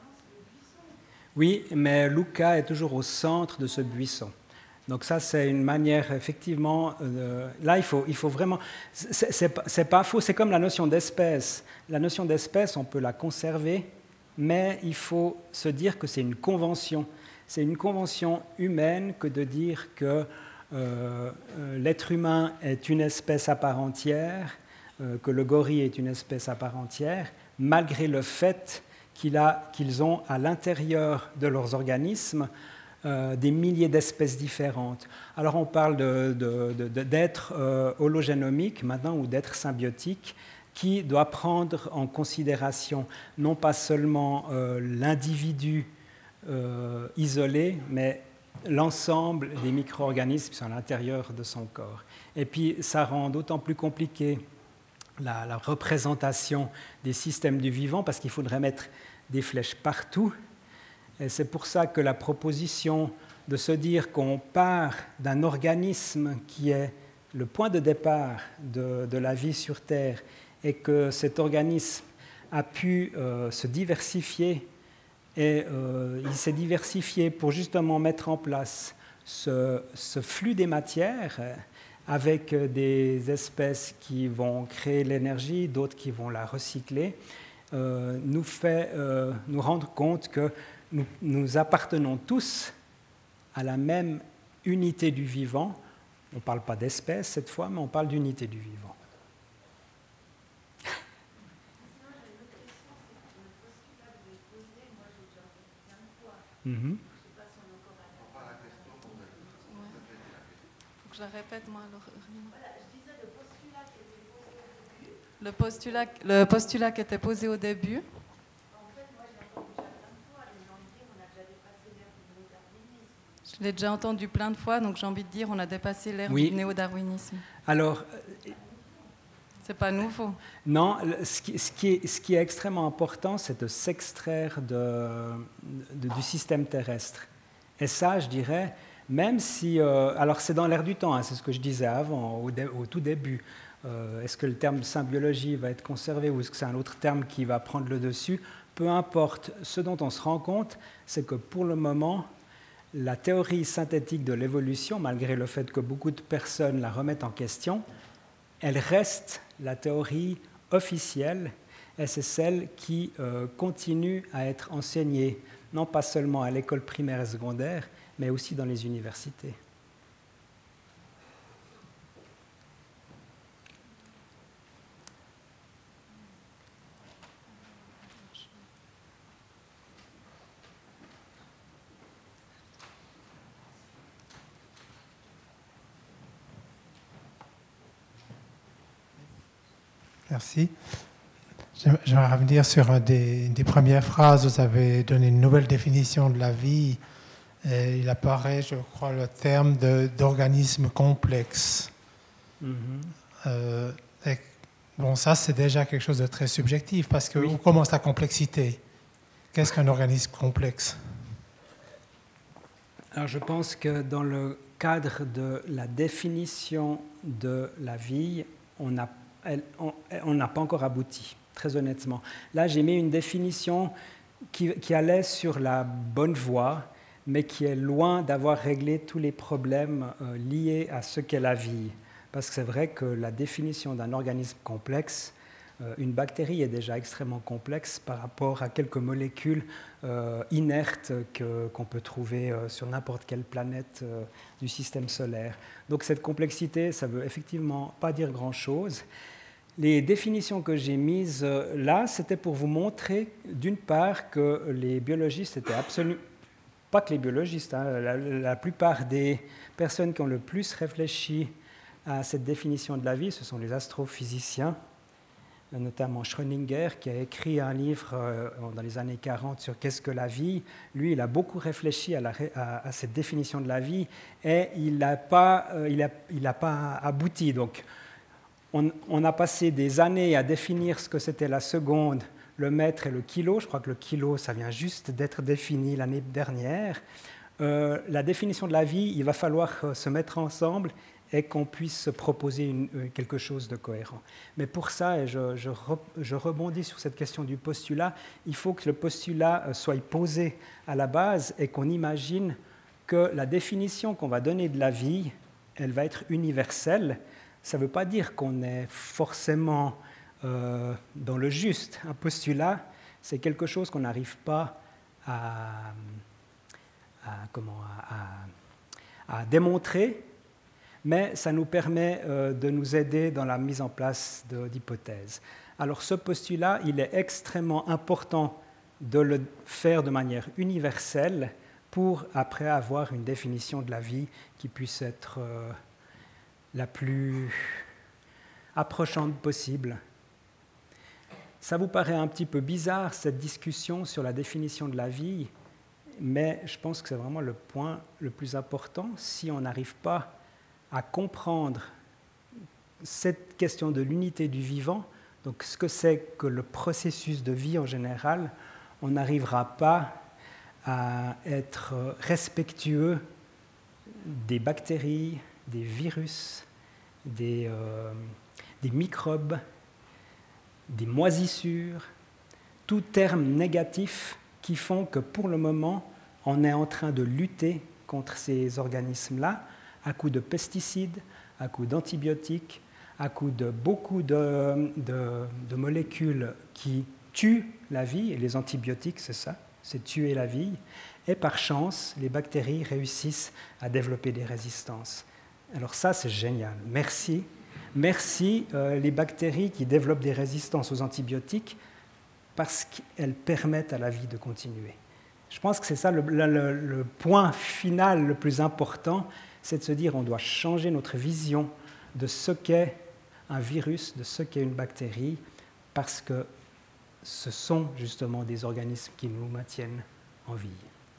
oui, mais Luca est toujours au centre de ce buisson. Donc ça, c'est une manière, effectivement, là, il faut vraiment... C'est pas faux, c'est comme la notion d'espèce. La notion d'espèce, on peut la conserver, mais il faut se dire que c'est une convention. C'est une convention humaine que de dire que l'être humain est une espèce à part entière, que le gorille est une espèce à part entière, malgré le fait qu'ils ont à l'intérieur de leurs organismes des milliers d'espèces différentes. Alors on parle d'êtres hologénomiques maintenant, ou d'êtres symbiotiques, qui doit prendre en considération non pas seulement l'individu isolé, mais l'ensemble des micro-organismes qui sont à l'intérieur de son corps. Et puis ça rend d'autant plus compliqué la représentation des systèmes du vivant, parce qu'il faudrait mettre des flèches partout. Et c'est pour ça que la proposition de se dire qu'on part d'un organisme qui est le point de départ de la vie sur Terre, et que cet organisme a pu se diversifier, et il s'est diversifié pour justement mettre en place ce flux des matières, avec des espèces qui vont créer l'énergie, d'autres qui vont la recycler, nous rendre compte que nous appartenons tous à la même unité du vivant, On ne parle pas d'espèce cette fois, mais on parle d'unité du vivant. Je la répète, moi, alors. Je disais le postulat qui était posé au début. En fait, moi, je l'ai entendu déjà plein de fois. Les gens disent on a déjà dépassé l'ère du néo-darwinisme. Je l'ai déjà entendu plein de fois, donc j'ai envie de dire on a dépassé l'ère du néo-darwinisme. Alors, c'est pas nouveau. Non, ce qui est extrêmement important, c'est de s'extraire du système terrestre. Et ça, je dirais, même si... alors, c'est dans l'air du temps, hein, c'est ce que je disais avant, au tout début. Est-ce que le terme symbiologie va être conservé ou est-ce que c'est un autre terme qui va prendre le dessus? Peu importe. Ce dont on se rend compte, c'est que pour le moment, la théorie synthétique de l'évolution, malgré le fait que beaucoup de personnes la remettent en question, elle reste la théorie officielle et c'est celle qui continue à être enseignée, non pas seulement à l'école primaire et secondaire, mais aussi dans les universités. Merci. J'aimerais revenir sur une des premières phrases. Vous avez donné une nouvelle définition de la vie. Et il apparaît, je crois, le terme d'organisme complexe. Bon, ça, c'est déjà quelque chose de très subjectif parce que où commence la complexité? Qu'est-ce qu'un organisme complexe? Alors, je pense que dans le cadre de la définition de la vie, on n'a pas encore abouti, très honnêtement. Là, j'ai mis une définition qui allait sur la bonne voie, mais qui est loin d'avoir réglé tous les problèmes liés à ce qu'est la vie. Parce que c'est vrai que la définition d'un organisme complexe, une bactérie est déjà extrêmement complexe par rapport à quelques molécules inertes qu'on peut trouver sur n'importe quelle planète du système solaire. Donc cette complexité, ça ne veut effectivement pas dire grand-chose. Les définitions que j'ai mises là, c'était pour vous montrer, d'une part, que les biologistes étaient absolument... Pas que les biologistes, hein, la plupart des personnes qui ont le plus réfléchi à cette définition de la vie, ce sont les astrophysiciens, notamment Schrödinger, qui a écrit un livre dans les années 40 sur qu'est-ce que la vie. Lui, il a beaucoup réfléchi à cette définition de la vie et il n'a pas abouti. Donc, on a passé des années à définir ce que c'était la seconde, le mètre et le kilo. Je crois que le kilo, ça vient juste d'être défini l'année dernière. La définition de la vie, il va falloir se mettre ensemble et qu'on puisse se proposer quelque chose de cohérent. Mais pour ça, et je rebondis sur cette question du postulat, il faut que le postulat soit posé à la base et qu'on imagine que la définition qu'on va donner de la vie, elle va être universelle. Ça ne veut pas dire qu'on est forcément dans le juste. Un postulat, c'est quelque chose qu'on n'arrive pas à démontrer, mais ça nous permet de nous aider dans la mise en place d'hypothèses. Alors ce postulat, il est extrêmement important de le faire de manière universelle pour après avoir une définition de la vie qui puisse être la plus approchante possible. Ça vous paraît un petit peu bizarre, cette discussion sur la définition de la vie, mais je pense que c'est vraiment le point le plus important. Si on n'arrive pas à comprendre cette question de l'unité du vivant, donc ce que c'est que le processus de vie en général, on n'arrivera pas à être respectueux des bactéries, des virus, des microbes, des moisissures, tous termes négatifs qui font que pour le moment, on est en train de lutter contre ces organismes-là à coup de pesticides, à coup d'antibiotiques, à coup de beaucoup de molécules qui tuent la vie, et les antibiotiques, c'est ça, c'est tuer la vie, et par chance, les bactéries réussissent à développer des résistances. Alors ça, c'est génial. Merci. Merci les bactéries qui développent des résistances aux antibiotiques parce qu'elles permettent à la vie de continuer. Je pense que c'est ça le point final le plus important, c'est de se dire on doit changer notre vision de ce qu'est un virus, de ce qu'est une bactérie, parce que ce sont justement des organismes qui nous maintiennent en vie.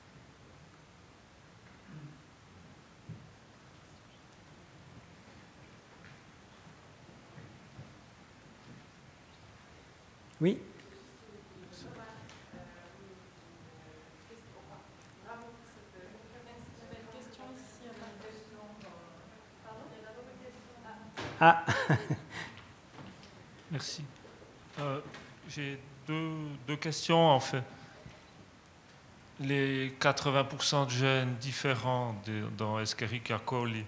Oui. Ah. Merci. J'ai deux questions en fait. Les 80% de gènes différents dans Escherichia coli,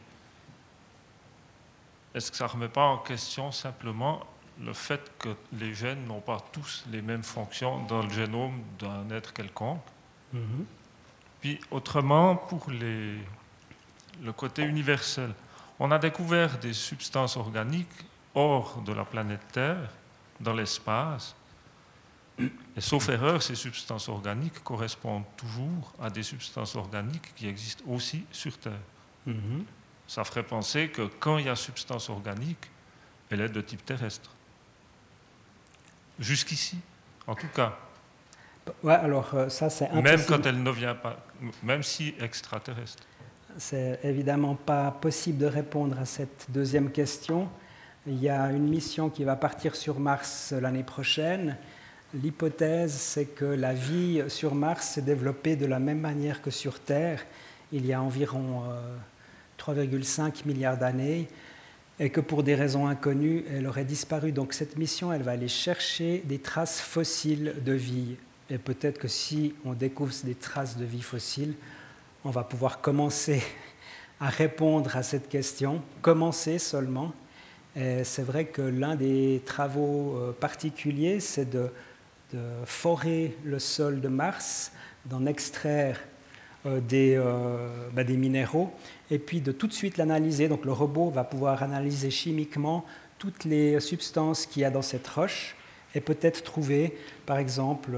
est-ce que ça ne remet pas en question simplement le fait que les gènes n'ont pas tous les mêmes fonctions dans le génome d'un être quelconque? Puis autrement, pour le côté universel, on a découvert des substances organiques hors de la planète Terre, dans l'espace. Et sauf erreur, ces substances organiques correspondent toujours à des substances organiques qui existent aussi sur Terre. Ça ferait penser que quand il y a substance organique, elle est de type terrestre. Jusqu'ici, en tout cas. Ouais, alors ça c'est impossible. Même quand elle ne vient pas, même si extraterrestre. C'est évidemment pas possible de répondre à cette deuxième question. Il y a une mission qui va partir sur Mars l'année prochaine. L'hypothèse, c'est que la vie sur Mars s'est développée de la même manière que sur Terre, il y a environ 3,5 milliards d'années, et que pour des raisons inconnues, elle aurait disparu. Donc cette mission, elle va aller chercher des traces fossiles de vie. Et peut-être que si on découvre des traces de vie fossile, on va pouvoir commencer à répondre à cette question, commencer seulement. Et c'est vrai que l'un des travaux particuliers, c'est de forer le sol de Mars, d'en extraire des minéraux, et puis de tout de suite l'analyser. Donc le robot va pouvoir analyser chimiquement toutes les substances qu'il y a dans cette roche, et peut-être trouver, par exemple,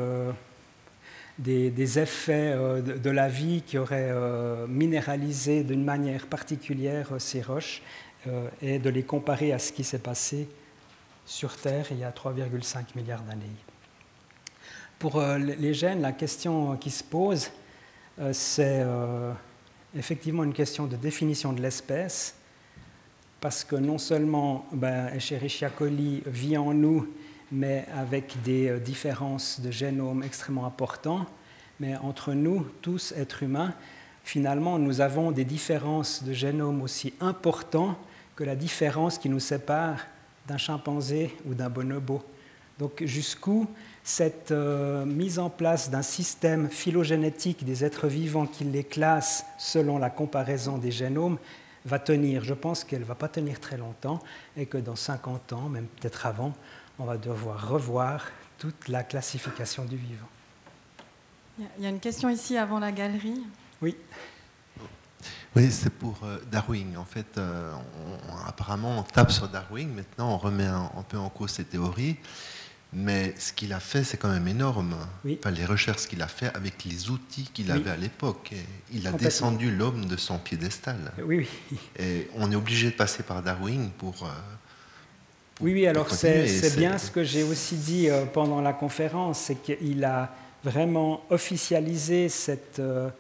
des effets de la vie qui auraient minéralisé d'une manière particulière ces roches, et de les comparer à ce qui s'est passé sur Terre il y a 3,5 milliards d'années. Pour les gènes, la question qui se pose, c'est effectivement une question de définition de l'espèce, parce que non seulement Escherichia coli vit en nous, mais avec des différences de génome extrêmement importantes, mais entre nous, tous êtres humains, finalement, nous avons des différences de génome aussi importantes que la différence qui nous sépare d'un chimpanzé ou d'un bonobo. Donc jusqu'où cette mise en place d'un système phylogénétique des êtres vivants qui les classe selon la comparaison des génomes va tenir? Je pense qu'elle ne va pas tenir très longtemps et que dans 50 ans, même peut-être avant, on va devoir revoir toute la classification du vivant. Il y a une question ici avant la galerie. Oui. Oui, c'est pour Darwin. En fait, apparemment, on tape sur Darwin. Maintenant, on remet un peu en cause ses théories. Mais ce qu'il a fait, c'est quand même énorme. Oui. Enfin, les recherches qu'il a fait avec les outils qu'il avait à l'époque. Et il a descendu l'homme de son piédestal. Oui. Et on est obligé de passer par Darwin pour oui, alors c'est bien c'est ce que j'ai aussi dit pendant la conférence, c'est qu'il a vraiment officialisé ce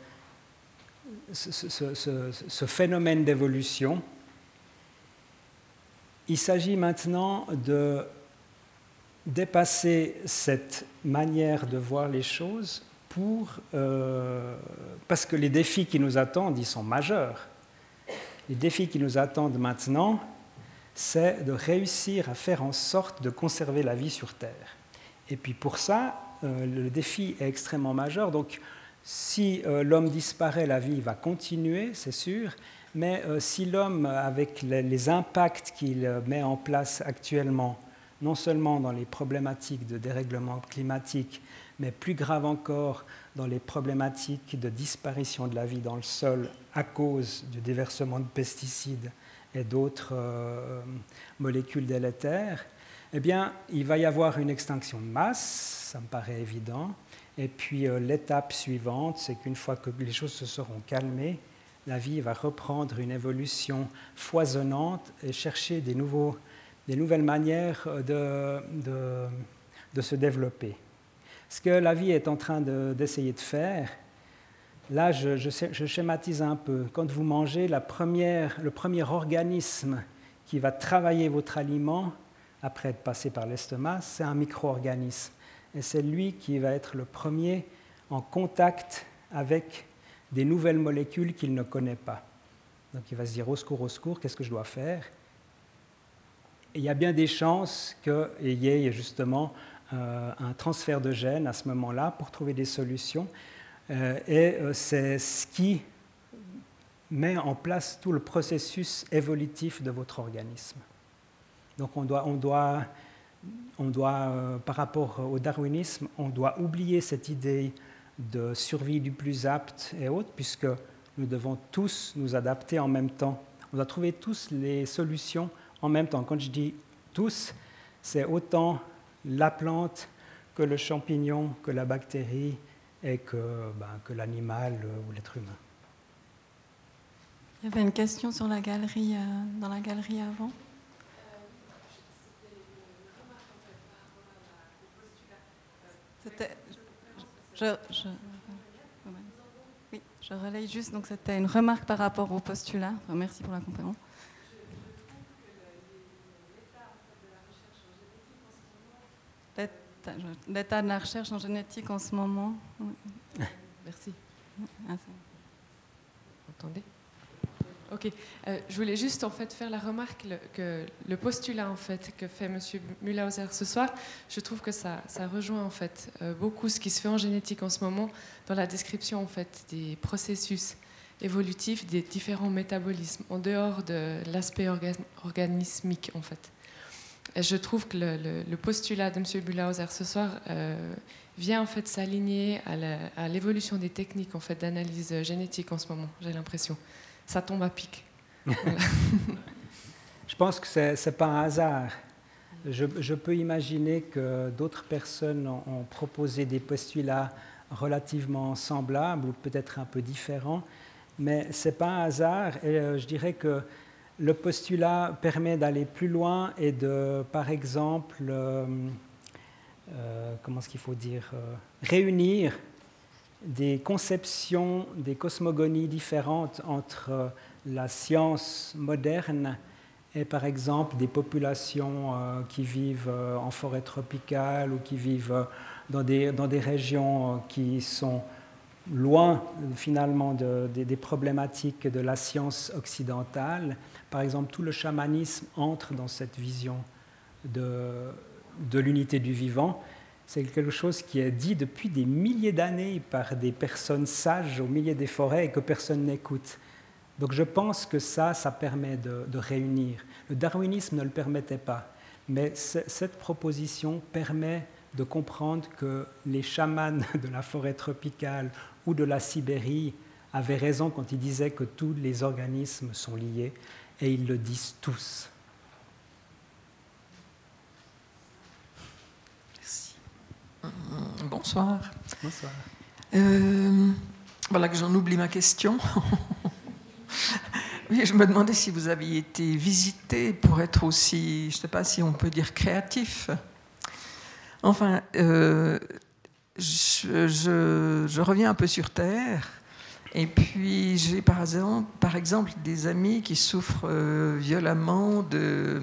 phénomène d'évolution. Il s'agit maintenant de dépasser cette manière de voir les choses parce que les défis qui nous attendent, ils sont majeurs. Les défis qui nous attendent maintenant, c'est de réussir à faire en sorte de conserver la vie sur Terre. Et puis pour ça, le défi est extrêmement majeur. Donc si l'homme disparaît, la vie va continuer, c'est sûr. Mais si l'homme, avec les impacts qu'il met en place actuellement, non seulement dans les problématiques de dérèglement climatique, mais plus grave encore dans les problématiques de disparition de la vie dans le sol à cause du déversement de pesticides et d'autres molécules délétères, eh bien, il va y avoir une extinction de masse, ça me paraît évident. Et puis l'étape suivante, c'est qu'une fois que les choses se seront calmées, la vie va reprendre une évolution foisonnante et chercher des nouvelles manières de se développer. Ce que la vie est en train d'essayer de faire, là je schématise un peu. Quand vous mangez, le premier organisme qui va travailler votre aliment, après être passé par l'estomac, c'est un micro-organisme. Et c'est lui qui va être le premier en contact avec des nouvelles molécules qu'il ne connaît pas. Donc il va se dire au secours, qu'est-ce que je dois faire? Et il y a bien des chances qu'il y ait justement un transfert de gènes à ce moment-là pour trouver des solutions. C'est ce qui met en place tout le processus évolutif de votre organisme. Donc on doit par rapport au darwinisme, on doit oublier cette idée de survie du plus apte et autres, puisque nous devons tous nous adapter en même temps. On doit trouver tous les solutions en même temps. Quand je dis tous, c'est autant la plante que le champignon, que la bactérie et que l'animal ou l'être humain. Il y avait une question sur la galerie, dans la galerie avant. Je relaye juste, donc c'était une remarque par rapport au postulat. Enfin, merci pour la complément. L'état de la recherche en génétique en ce moment. Merci. Vous entendez ? Ok. Je voulais juste en fait faire la remarque que le postulat en fait que fait Monsieur Mühlhauser ce soir, je trouve que ça rejoint en fait beaucoup ce qui se fait en génétique en ce moment dans la description en fait des processus évolutifs des différents métabolismes en dehors de l'aspect organismique en fait. Et je trouve que le postulat de Monsieur Mühlhauser ce soir vient en fait s'aligner à l'évolution des techniques en fait d'analyse génétique en ce moment. J'ai l'impression. Ça tombe à pic. Voilà. Je pense que ce n'est pas un hasard. Je peux imaginer que d'autres personnes ont proposé des postulats relativement semblables ou peut-être un peu différents, mais ce n'est pas un hasard. Et je dirais que le postulat permet d'aller plus loin et de, par exemple, comment est-ce qu'il faut dire, réunir des conceptions, des cosmogonies différentes entre la science moderne et par exemple des populations qui vivent en forêt tropicale ou qui vivent dans des régions qui sont loin finalement des problématiques de la science occidentale. Par exemple, tout le chamanisme entre dans cette vision de l'unité du vivant. C'est quelque chose qui est dit depuis des milliers d'années par des personnes sages au milieu des forêts et que personne n'écoute. Donc je pense que ça permet de réunir. Le darwinisme ne le permettait pas, mais cette proposition permet de comprendre que les chamans de la forêt tropicale ou de la Sibérie avaient raison quand ils disaient que tous les organismes sont liés, et ils le disent tous. Bonsoir. Bonsoir. Voilà que j'en oublie ma question. Oui, je me demandais si vous aviez été visité pour être aussi, je ne sais pas si on peut dire créatif. Enfin, je reviens un peu sur Terre. Et puis, j'ai par exemple des amis qui souffrent violemment de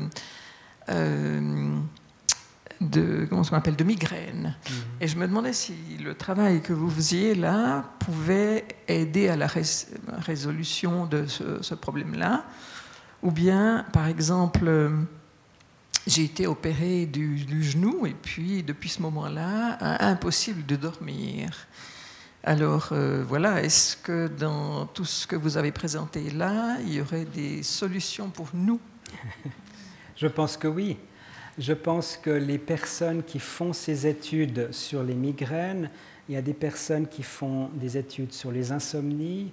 migraine. Et je me demandais si le travail que vous faisiez là pouvait aider à la résolution de ce problème-là. Ou bien, par exemple, j'ai été opérée du genou et puis, depuis ce moment-là, impossible de dormir. Alors, voilà, est-ce que dans tout ce que vous avez présenté là, il y aurait des solutions pour nous ? Je pense que oui. Je pense que les personnes qui font ces études sur les migraines, il y a des personnes qui font des études sur les insomnies.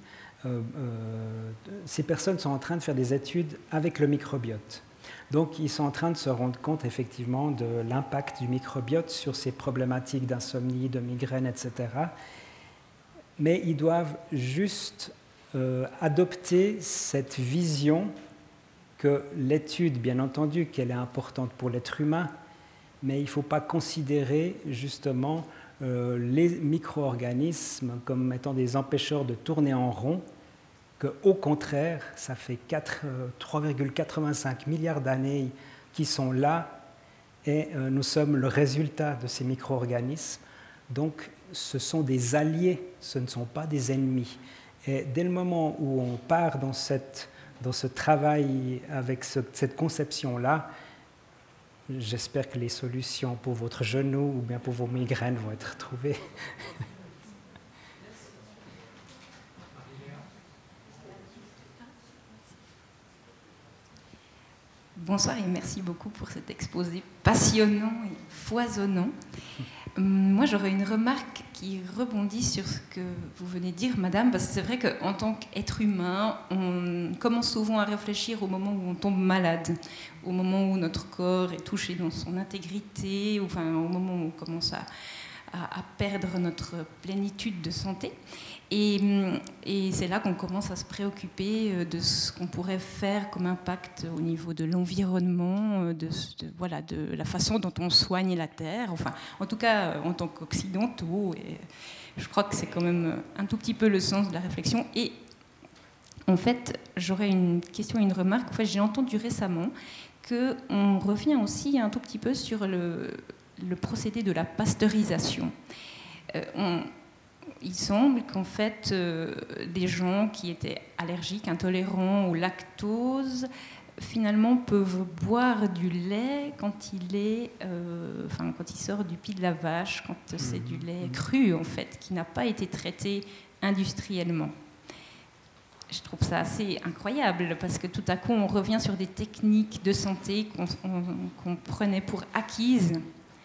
Ces personnes sont en train de faire des études avec le microbiote. Donc, ils sont en train de se rendre compte effectivement de l'impact du microbiote sur ces problématiques d'insomnie, de migraine, etc. Mais ils doivent juste adopter cette vision que l'étude, bien entendu, qu'elle est importante pour l'être humain, mais il ne faut pas considérer justement les micro-organismes comme étant des empêcheurs de tourner en rond, qu'au contraire, ça fait 3,85 milliards d'années qui sont là et nous sommes le résultat de ces micro-organismes. Donc, ce sont des alliés, ce ne sont pas des ennemis. Et dès le moment où on part dans ce travail avec cette conception-là, j'espère que les solutions pour votre genou ou bien pour vos migraines vont être trouvées. Bonsoir et merci beaucoup pour cet exposé passionnant et foisonnant. Moi, j'aurais une remarque qui rebondit sur ce que vous venez de dire, madame, parce que c'est vrai qu'en tant qu'être humain, on commence souvent à réfléchir au moment où on tombe malade, au moment où notre corps est touché dans son intégrité, enfin, au moment où on commence à perdre notre plénitude de santé. Et c'est là qu'on commence à se préoccuper de ce qu'on pourrait faire comme impact au niveau de l'environnement, de la façon dont on soigne la Terre, enfin, en tout cas en tant qu'occidentaux. Et je crois que c'est quand même un tout petit peu le sens de la réflexion. Et en fait, j'aurais une question et une remarque. En fait, j'ai entendu récemment qu'on revient aussi un tout petit peu sur le procédé de la pasteurisation. Il semble qu'en fait, des gens qui étaient allergiques, intolérants au lactose, finalement peuvent boire du lait quand il sort du pied de la vache, quand c'est du lait cru, en fait, qui n'a pas été traité industriellement. Je trouve ça assez incroyable, parce que tout à coup, on revient sur des techniques de santé qu'on prenait pour acquises.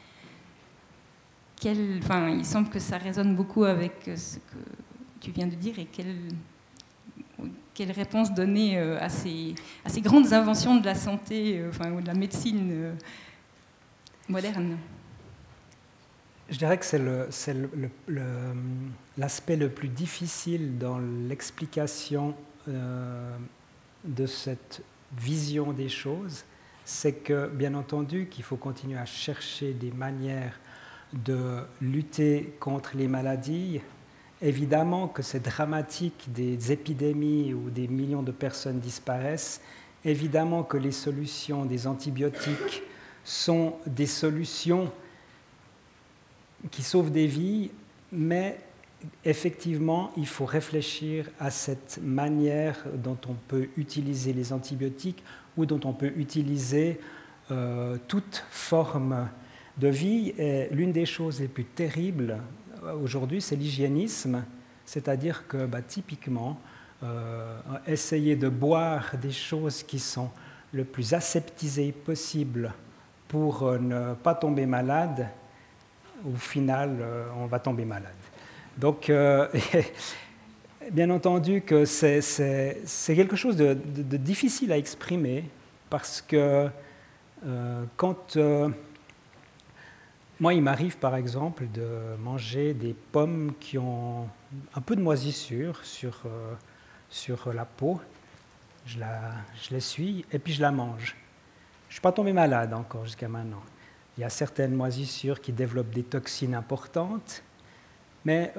Il semble que ça résonne beaucoup avec ce que tu viens de dire, et quelle réponse donner à ces grandes inventions de la santé, ou de la médecine moderne. Je dirais que c'est l'aspect le plus difficile dans l'explication de cette vision des choses, c'est que, bien entendu, qu'il faut continuer à chercher des manières de lutter contre les maladies. Évidemment que c'est dramatique, des épidémies où des millions de personnes disparaissent. Évidemment que les solutions des antibiotiques sont des solutions qui sauvent des vies, mais effectivement, il faut réfléchir à cette manière dont on peut utiliser les antibiotiques ou dont on peut utiliser toute forme de vie. Et l'une des choses les plus terribles aujourd'hui, c'est l'hygiénisme, c'est-à-dire que typiquement, essayer de boire des choses qui sont le plus aseptisées possible pour ne pas tomber malade, au final, on va tomber malade. Donc, bien entendu que c'est quelque chose de difficile à exprimer, parce que quand... moi, il m'arrive, par exemple, de manger des pommes qui ont un peu de moisissure sur la peau. Je l'essuie et puis je la mange. Je ne suis pas tombé malade encore jusqu'à maintenant. Il y a certaines moisissures qui développent des toxines importantes, mais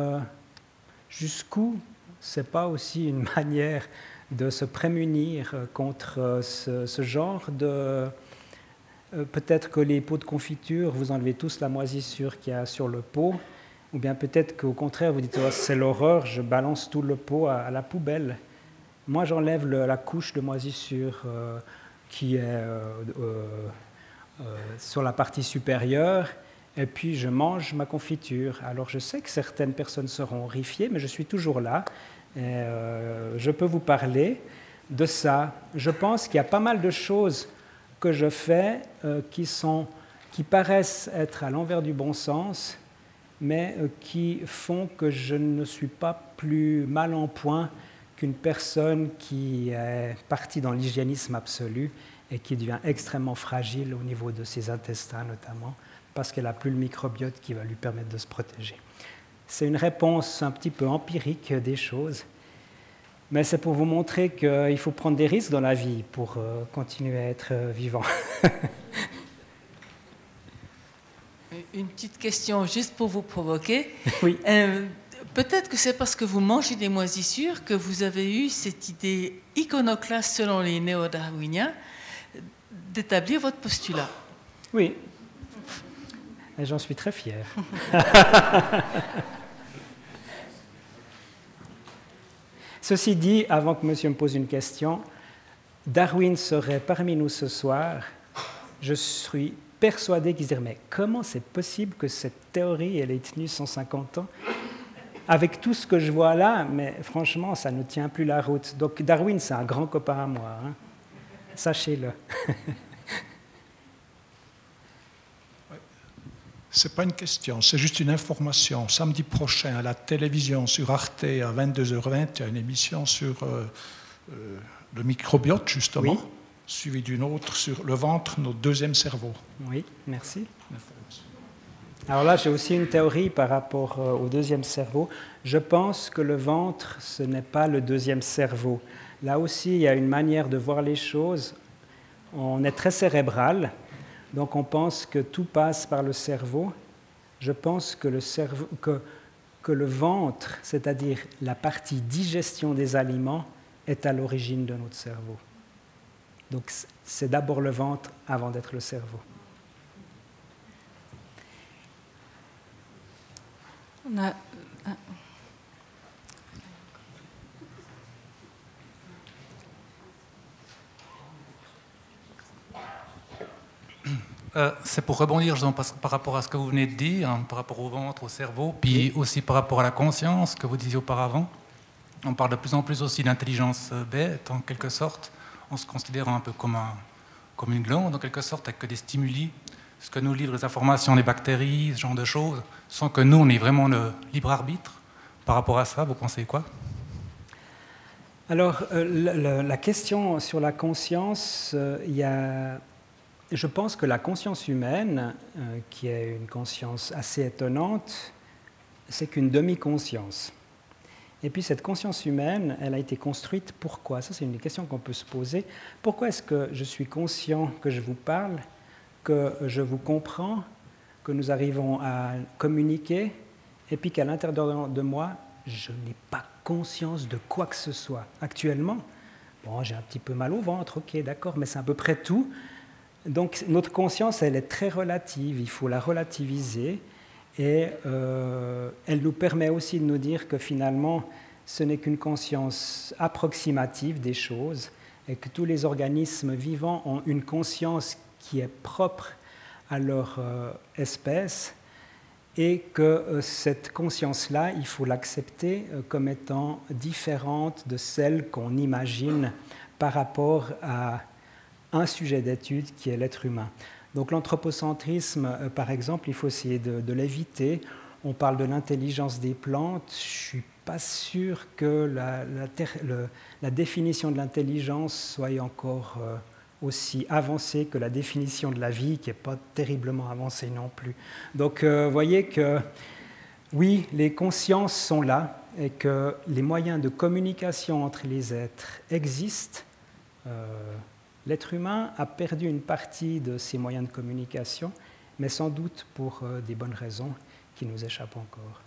jusqu'où ce n'est pas aussi une manière de se prémunir contre ce genre de... Peut-être que les pots de confiture, vous enlevez tous la moisissure qu'il y a sur le pot, ou bien peut-être qu'au contraire, vous dites oh, c'est l'horreur, je balance tout le pot à la poubelle. Moi, j'enlève la couche de moisissure qui est sur la partie supérieure, et puis je mange ma confiture. Alors je sais que certaines personnes seront horrifiées, mais je suis toujours là, et je peux vous parler de ça. Je pense qu'il y a pas mal de choses que je fais qui paraissent être à l'envers du bon sens, mais qui font que je ne suis pas plus mal en point qu'une personne qui est partie dans l'hygiénisme absolu et qui devient extrêmement fragile au niveau de ses intestins notamment, parce qu'elle n'a plus le microbiote qui va lui permettre de se protéger. C'est une réponse un petit peu empirique des choses, mais c'est pour vous montrer qu'il faut prendre des risques dans la vie pour continuer à être vivant. Une petite question juste pour vous provoquer. Oui. Peut-être que c'est parce que vous mangez des moisissures que vous avez eu cette idée iconoclaste selon les néo-darwiniens d'établir votre postulat. Oui. Et j'en suis très fier. Ceci dit, avant que monsieur me pose une question, Darwin serait parmi nous ce soir. Je suis persuadé qu'il se dirait, mais comment c'est possible que cette théorie elle ait tenu 150 ans? Avec tout ce que je vois là, mais franchement, ça ne tient plus la route. Donc Darwin, c'est un grand copain à moi. Hein. Sachez-le. Ce n'est pas une question, c'est juste une information. Samedi prochain, à la télévision, sur Arte, à 22h20, il y a une émission sur le microbiote, justement, oui. Suivie d'une autre sur le ventre, notre deuxième cerveau. Oui, merci. Alors là, j'ai aussi une théorie par rapport au deuxième cerveau. Je pense que le ventre, ce n'est pas le deuxième cerveau. Là aussi, il y a une manière de voir les choses. On est très cérébral, donc on pense que tout passe par le cerveau. Je pense que le ventre, c'est-à-dire la partie digestion des aliments, est à l'origine de notre cerveau. Donc c'est d'abord le ventre avant d'être le cerveau. On a... C'est pour rebondir par rapport à ce que vous venez de dire, hein, par rapport au ventre, au cerveau, puis aussi par rapport à la conscience que vous disiez auparavant. On parle de plus en plus aussi d'intelligence bête, en quelque sorte, en se considérant un peu comme une glande, en quelque sorte, avec que des stimuli, ce que nous livrent les informations des bactéries, ce genre de choses, sans que nous, on ait vraiment le libre arbitre. Par rapport à ça, vous pensez quoi? Alors, la question sur la conscience, je pense que la conscience humaine, qui est une conscience assez étonnante, c'est qu'une demi-conscience. Et puis cette conscience humaine, elle a été construite pourquoi? Ça, c'est une question qu'on peut se poser. Pourquoi est-ce que je suis conscient que je vous parle, que je vous comprends, que nous arrivons à communiquer, et puis qu'à l'intérieur de moi, je n'ai pas conscience de quoi que ce soit? Actuellement, bon, j'ai un petit peu mal au ventre, ok, d'accord, mais c'est à peu près tout. Donc notre conscience, elle est très relative, il faut la relativiser, et elle nous permet aussi de nous dire que finalement, ce n'est qu'une conscience approximative des choses, et que tous les organismes vivants ont une conscience qui est propre à leur espèce, et que cette conscience-là, il faut l'accepter comme étant différente de celle qu'on imagine par rapport à un sujet d'étude qui est l'être humain. Donc l'anthropocentrisme, par exemple, il faut essayer de l'éviter. On parle de l'intelligence des plantes. Je ne suis pas sûr que la définition de l'intelligence soit encore aussi avancée que la définition de la vie, qui n'est pas terriblement avancée non plus. Donc vous voyez que oui, les consciences sont là et que les moyens de communication entre les êtres existent. L'être humain a perdu une partie de ses moyens de communication, mais sans doute pour des bonnes raisons qui nous échappent encore.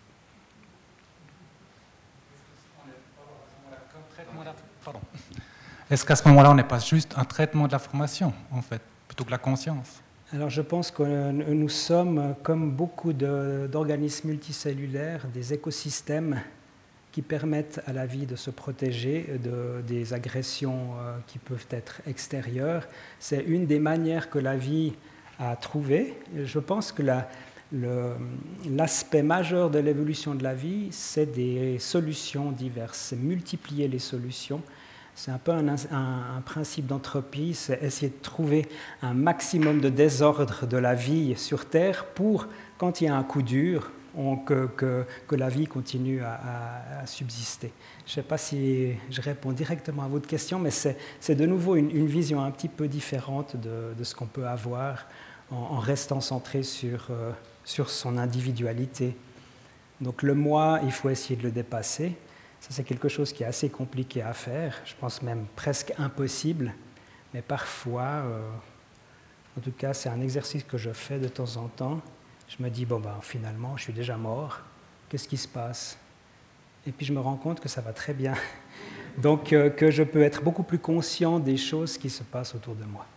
Est-ce qu'à ce moment-là, on n'est pas juste un traitement de l'information, en fait, plutôt que la conscience? Alors je pense que nous sommes, comme beaucoup d'organismes multicellulaires, des écosystèmes qui permettent à la vie de se protéger des agressions qui peuvent être extérieures. C'est une des manières que la vie a trouvées. Je pense que l'aspect majeur de l'évolution de la vie, c'est des solutions diverses, c'est multiplier les solutions. C'est un peu un principe d'entropie, c'est essayer de trouver un maximum de désordre de la vie sur Terre pour, quand il y a un coup dur, que la vie continue à subsister. Je ne sais pas si je réponds directement à votre question, mais c'est de nouveau une vision un petit peu différente de ce qu'on peut avoir en restant centré sur son individualité. Donc le moi, il faut essayer de le dépasser. Ça, c'est quelque chose qui est assez compliqué à faire, je pense même presque impossible, mais parfois, en tout cas, c'est un exercice que je fais de temps en temps. Je me dis, finalement, je suis déjà mort, qu'est-ce qui se passe? Et puis je me rends compte que ça va très bien. Donc que je peux être beaucoup plus conscient des choses qui se passent autour de moi.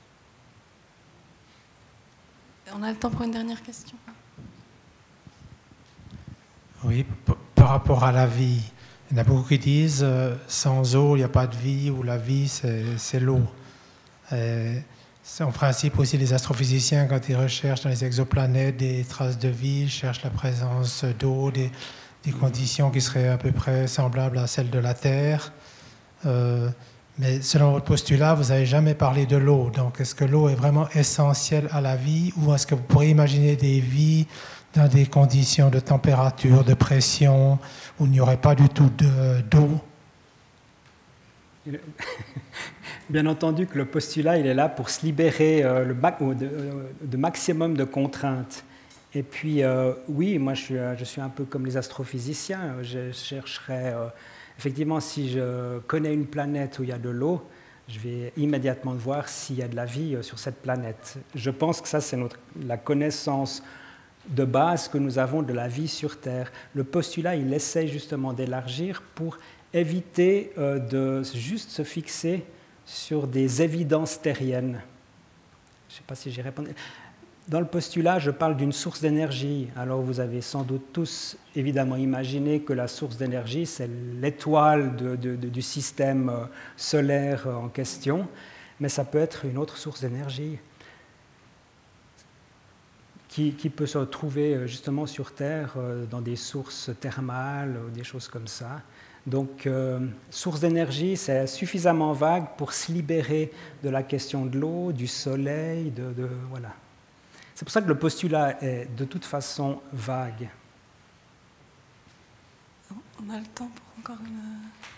On a le temps pour une dernière question. Oui, par rapport à la vie, il y en a beaucoup qui disent sans eau, il n'y a pas de vie, ou la vie, c'est l'eau. C'est en principe aussi les astrophysiciens, quand ils recherchent dans les exoplanètes des traces de vie, ils cherchent la présence d'eau, des conditions qui seraient à peu près semblables à celles de la Terre. Mais selon votre postulat, vous n'avez jamais parlé de l'eau. Donc, est-ce que l'eau est vraiment essentielle à la vie, ou est-ce que vous pourriez imaginer des vies dans des conditions de température, de pression, où il n'y aurait pas du tout d'eau? Bien entendu que le postulat, il est là pour se libérer de maximum de contraintes. Et puis, oui, moi, je suis un peu comme les astrophysiciens. Je chercherais, effectivement, si je connais une planète où il y a de l'eau, je vais immédiatement voir s'il y a de la vie sur cette planète. Je pense que ça, c'est la connaissance de base que nous avons de la vie sur Terre. Le postulat, il essaie justement d'élargir pour éviter de juste se fixer sur des évidences terriennes. Je ne sais pas si j'y réponds. Dans le postulat, je parle d'une source d'énergie. Alors vous avez sans doute tous évidemment imaginé que la source d'énergie, c'est l'étoile du système solaire en question, mais ça peut être une autre source d'énergie qui peut se trouver justement sur Terre dans des sources thermales ou des choses comme ça. Donc, source d'énergie, c'est suffisamment vague pour se libérer de la question de l'eau, du soleil, voilà. C'est pour ça que le postulat est de toute façon vague. On a le temps pour encore une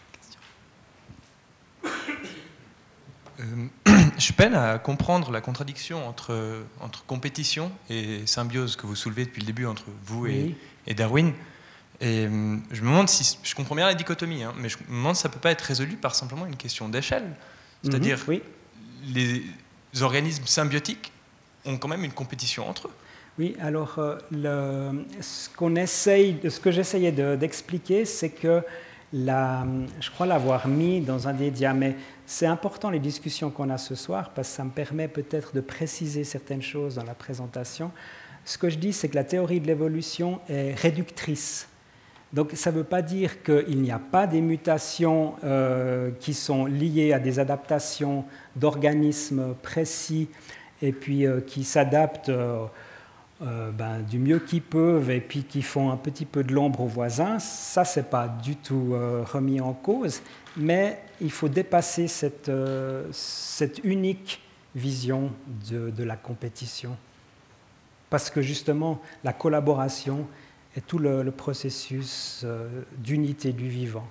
question. Je peine à comprendre la contradiction entre compétition et symbiose que vous soulevez depuis le début entre vous et Darwin. Et je me demande si, je comprends bien la dichotomie, mais je me demande si ça ne peut pas être résolu par simplement une question d'échelle. C'est-à-dire, les organismes symbiotiques ont quand même une compétition entre eux. Oui, alors ce que j'essayais d'expliquer, c'est que je crois l'avoir mis dans un des dias, mais c'est important les discussions qu'on a ce soir parce que ça me permet peut-être de préciser certaines choses dans la présentation. Ce que je dis, c'est que la théorie de l'évolution est réductrice. Donc ça ne veut pas dire qu'il n'y a pas des mutations qui sont liées à des adaptations d'organismes précis et puis qui s'adaptent du mieux qu'ils peuvent et puis qui font un petit peu de l'ombre aux voisins. Ça, ce n'est pas du tout remis en cause, mais il faut dépasser cette unique vision de la compétition. Parce que justement, la collaboration est tout le processus d'unité du vivant.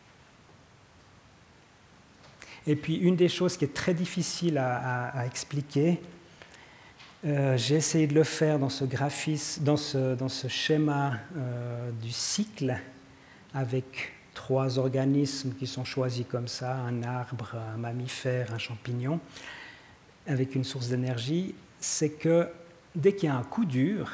Et puis, une des choses qui est très difficile à expliquer, j'ai essayé de le faire dans ce graphisme, dans ce schéma du cycle, avec 3 organismes qui sont choisis comme ça, un arbre, un mammifère, un champignon, avec une source d'énergie, c'est que dès qu'il y a un coup dur,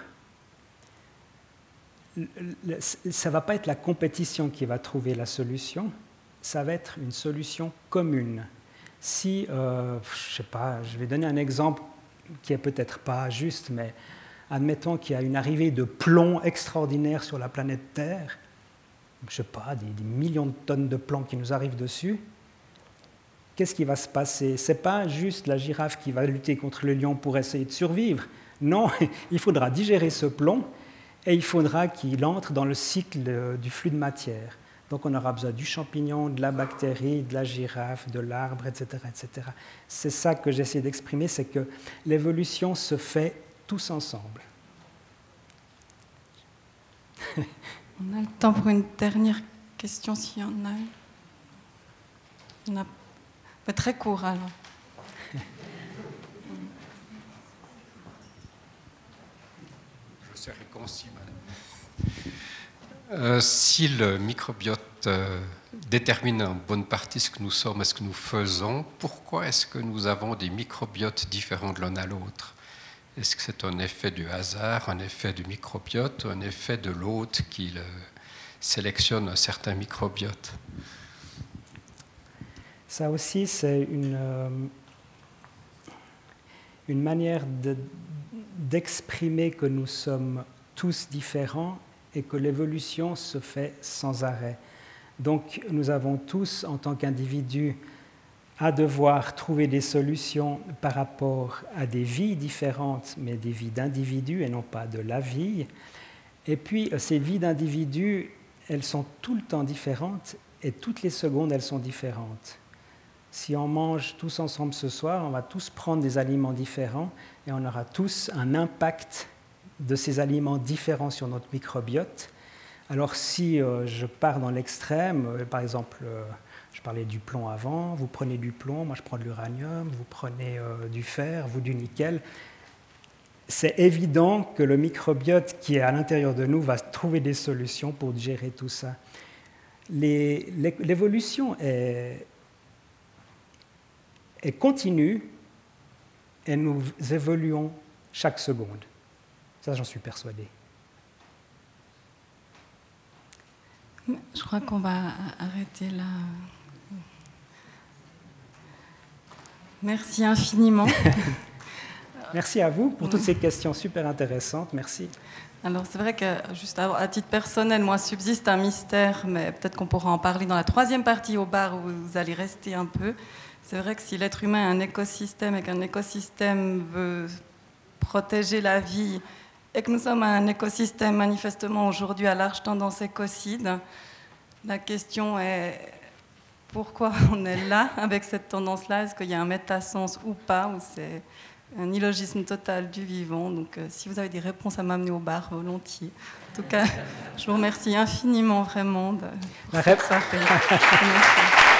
ça ne va pas être la compétition qui va trouver la solution, ça va être une solution commune. Si, je ne sais pas, je vais donner un exemple qui n'est peut-être pas juste, mais admettons qu'il y a une arrivée de plomb extraordinaire sur la planète Terre, je ne sais pas, des millions de tonnes de plomb qui nous arrivent dessus, qu'est-ce qui va se passer? Ce n'est pas juste la girafe qui va lutter contre le lion pour essayer de survivre. Non, il faudra digérer ce plomb et il faudra qu'il entre dans le cycle du flux de matière. Donc on aura besoin du champignon, de la bactérie, de la girafe, de l'arbre, etc., etc. C'est ça que j'essaie d'exprimer, c'est que l'évolution se fait tous ensemble. On a le temps pour une dernière question, s'il y en a une. On a... Très court, alors. Je serai concis, madame. Si le microbiote détermine en bonne partie ce que nous sommes et ce que nous faisons, pourquoi est-ce que nous avons des microbiotes différents de l'un à l'autre? Est-ce que c'est un effet du hasard, un effet du microbiote, un effet de l'hôte qui sélectionne un certain microbiote? Ça aussi, c'est une manière d'exprimer que nous sommes tous différents et que l'évolution se fait sans arrêt. Donc nous avons tous, en tant qu'individus, à devoir trouver des solutions par rapport à des vies différentes, mais des vies d'individus et non pas de la vie. Et puis ces vies d'individus, elles sont tout le temps différentes et toutes les secondes, elles sont différentes. Si on mange tous ensemble ce soir, on va tous prendre des aliments différents et on aura tous un impact de ces aliments différents sur notre microbiote. Alors si je pars dans l'extrême, par exemple, je parlais du plomb avant, vous prenez du plomb, moi je prends de l'uranium, vous prenez du fer, vous du nickel, c'est évident que le microbiote qui est à l'intérieur de nous va trouver des solutions pour gérer tout ça. L'évolution est continue et nous évoluons chaque seconde. Ça, j'en suis persuadé. Je crois qu'on va arrêter là. Merci infiniment. Merci à vous pour toutes ces questions super intéressantes. Merci. Alors c'est vrai que, juste à titre personnel, moi subsiste un mystère, mais peut-être qu'on pourra en parler dans la troisième partie au bar où vous allez rester un peu. C'est vrai que si l'être humain est un écosystème et qu'un écosystème veut protéger la vie et que nous sommes un écosystème manifestement aujourd'hui à large tendance écocide, la question est pourquoi on est là avec cette tendance-là? Est-ce qu'il y a un métasens ou pas, ou c'est un illogisme total du vivant? Donc si vous avez des réponses à m'amener au bar, volontiers. En tout cas, je vous remercie infiniment vraiment de cette soirée. Merci.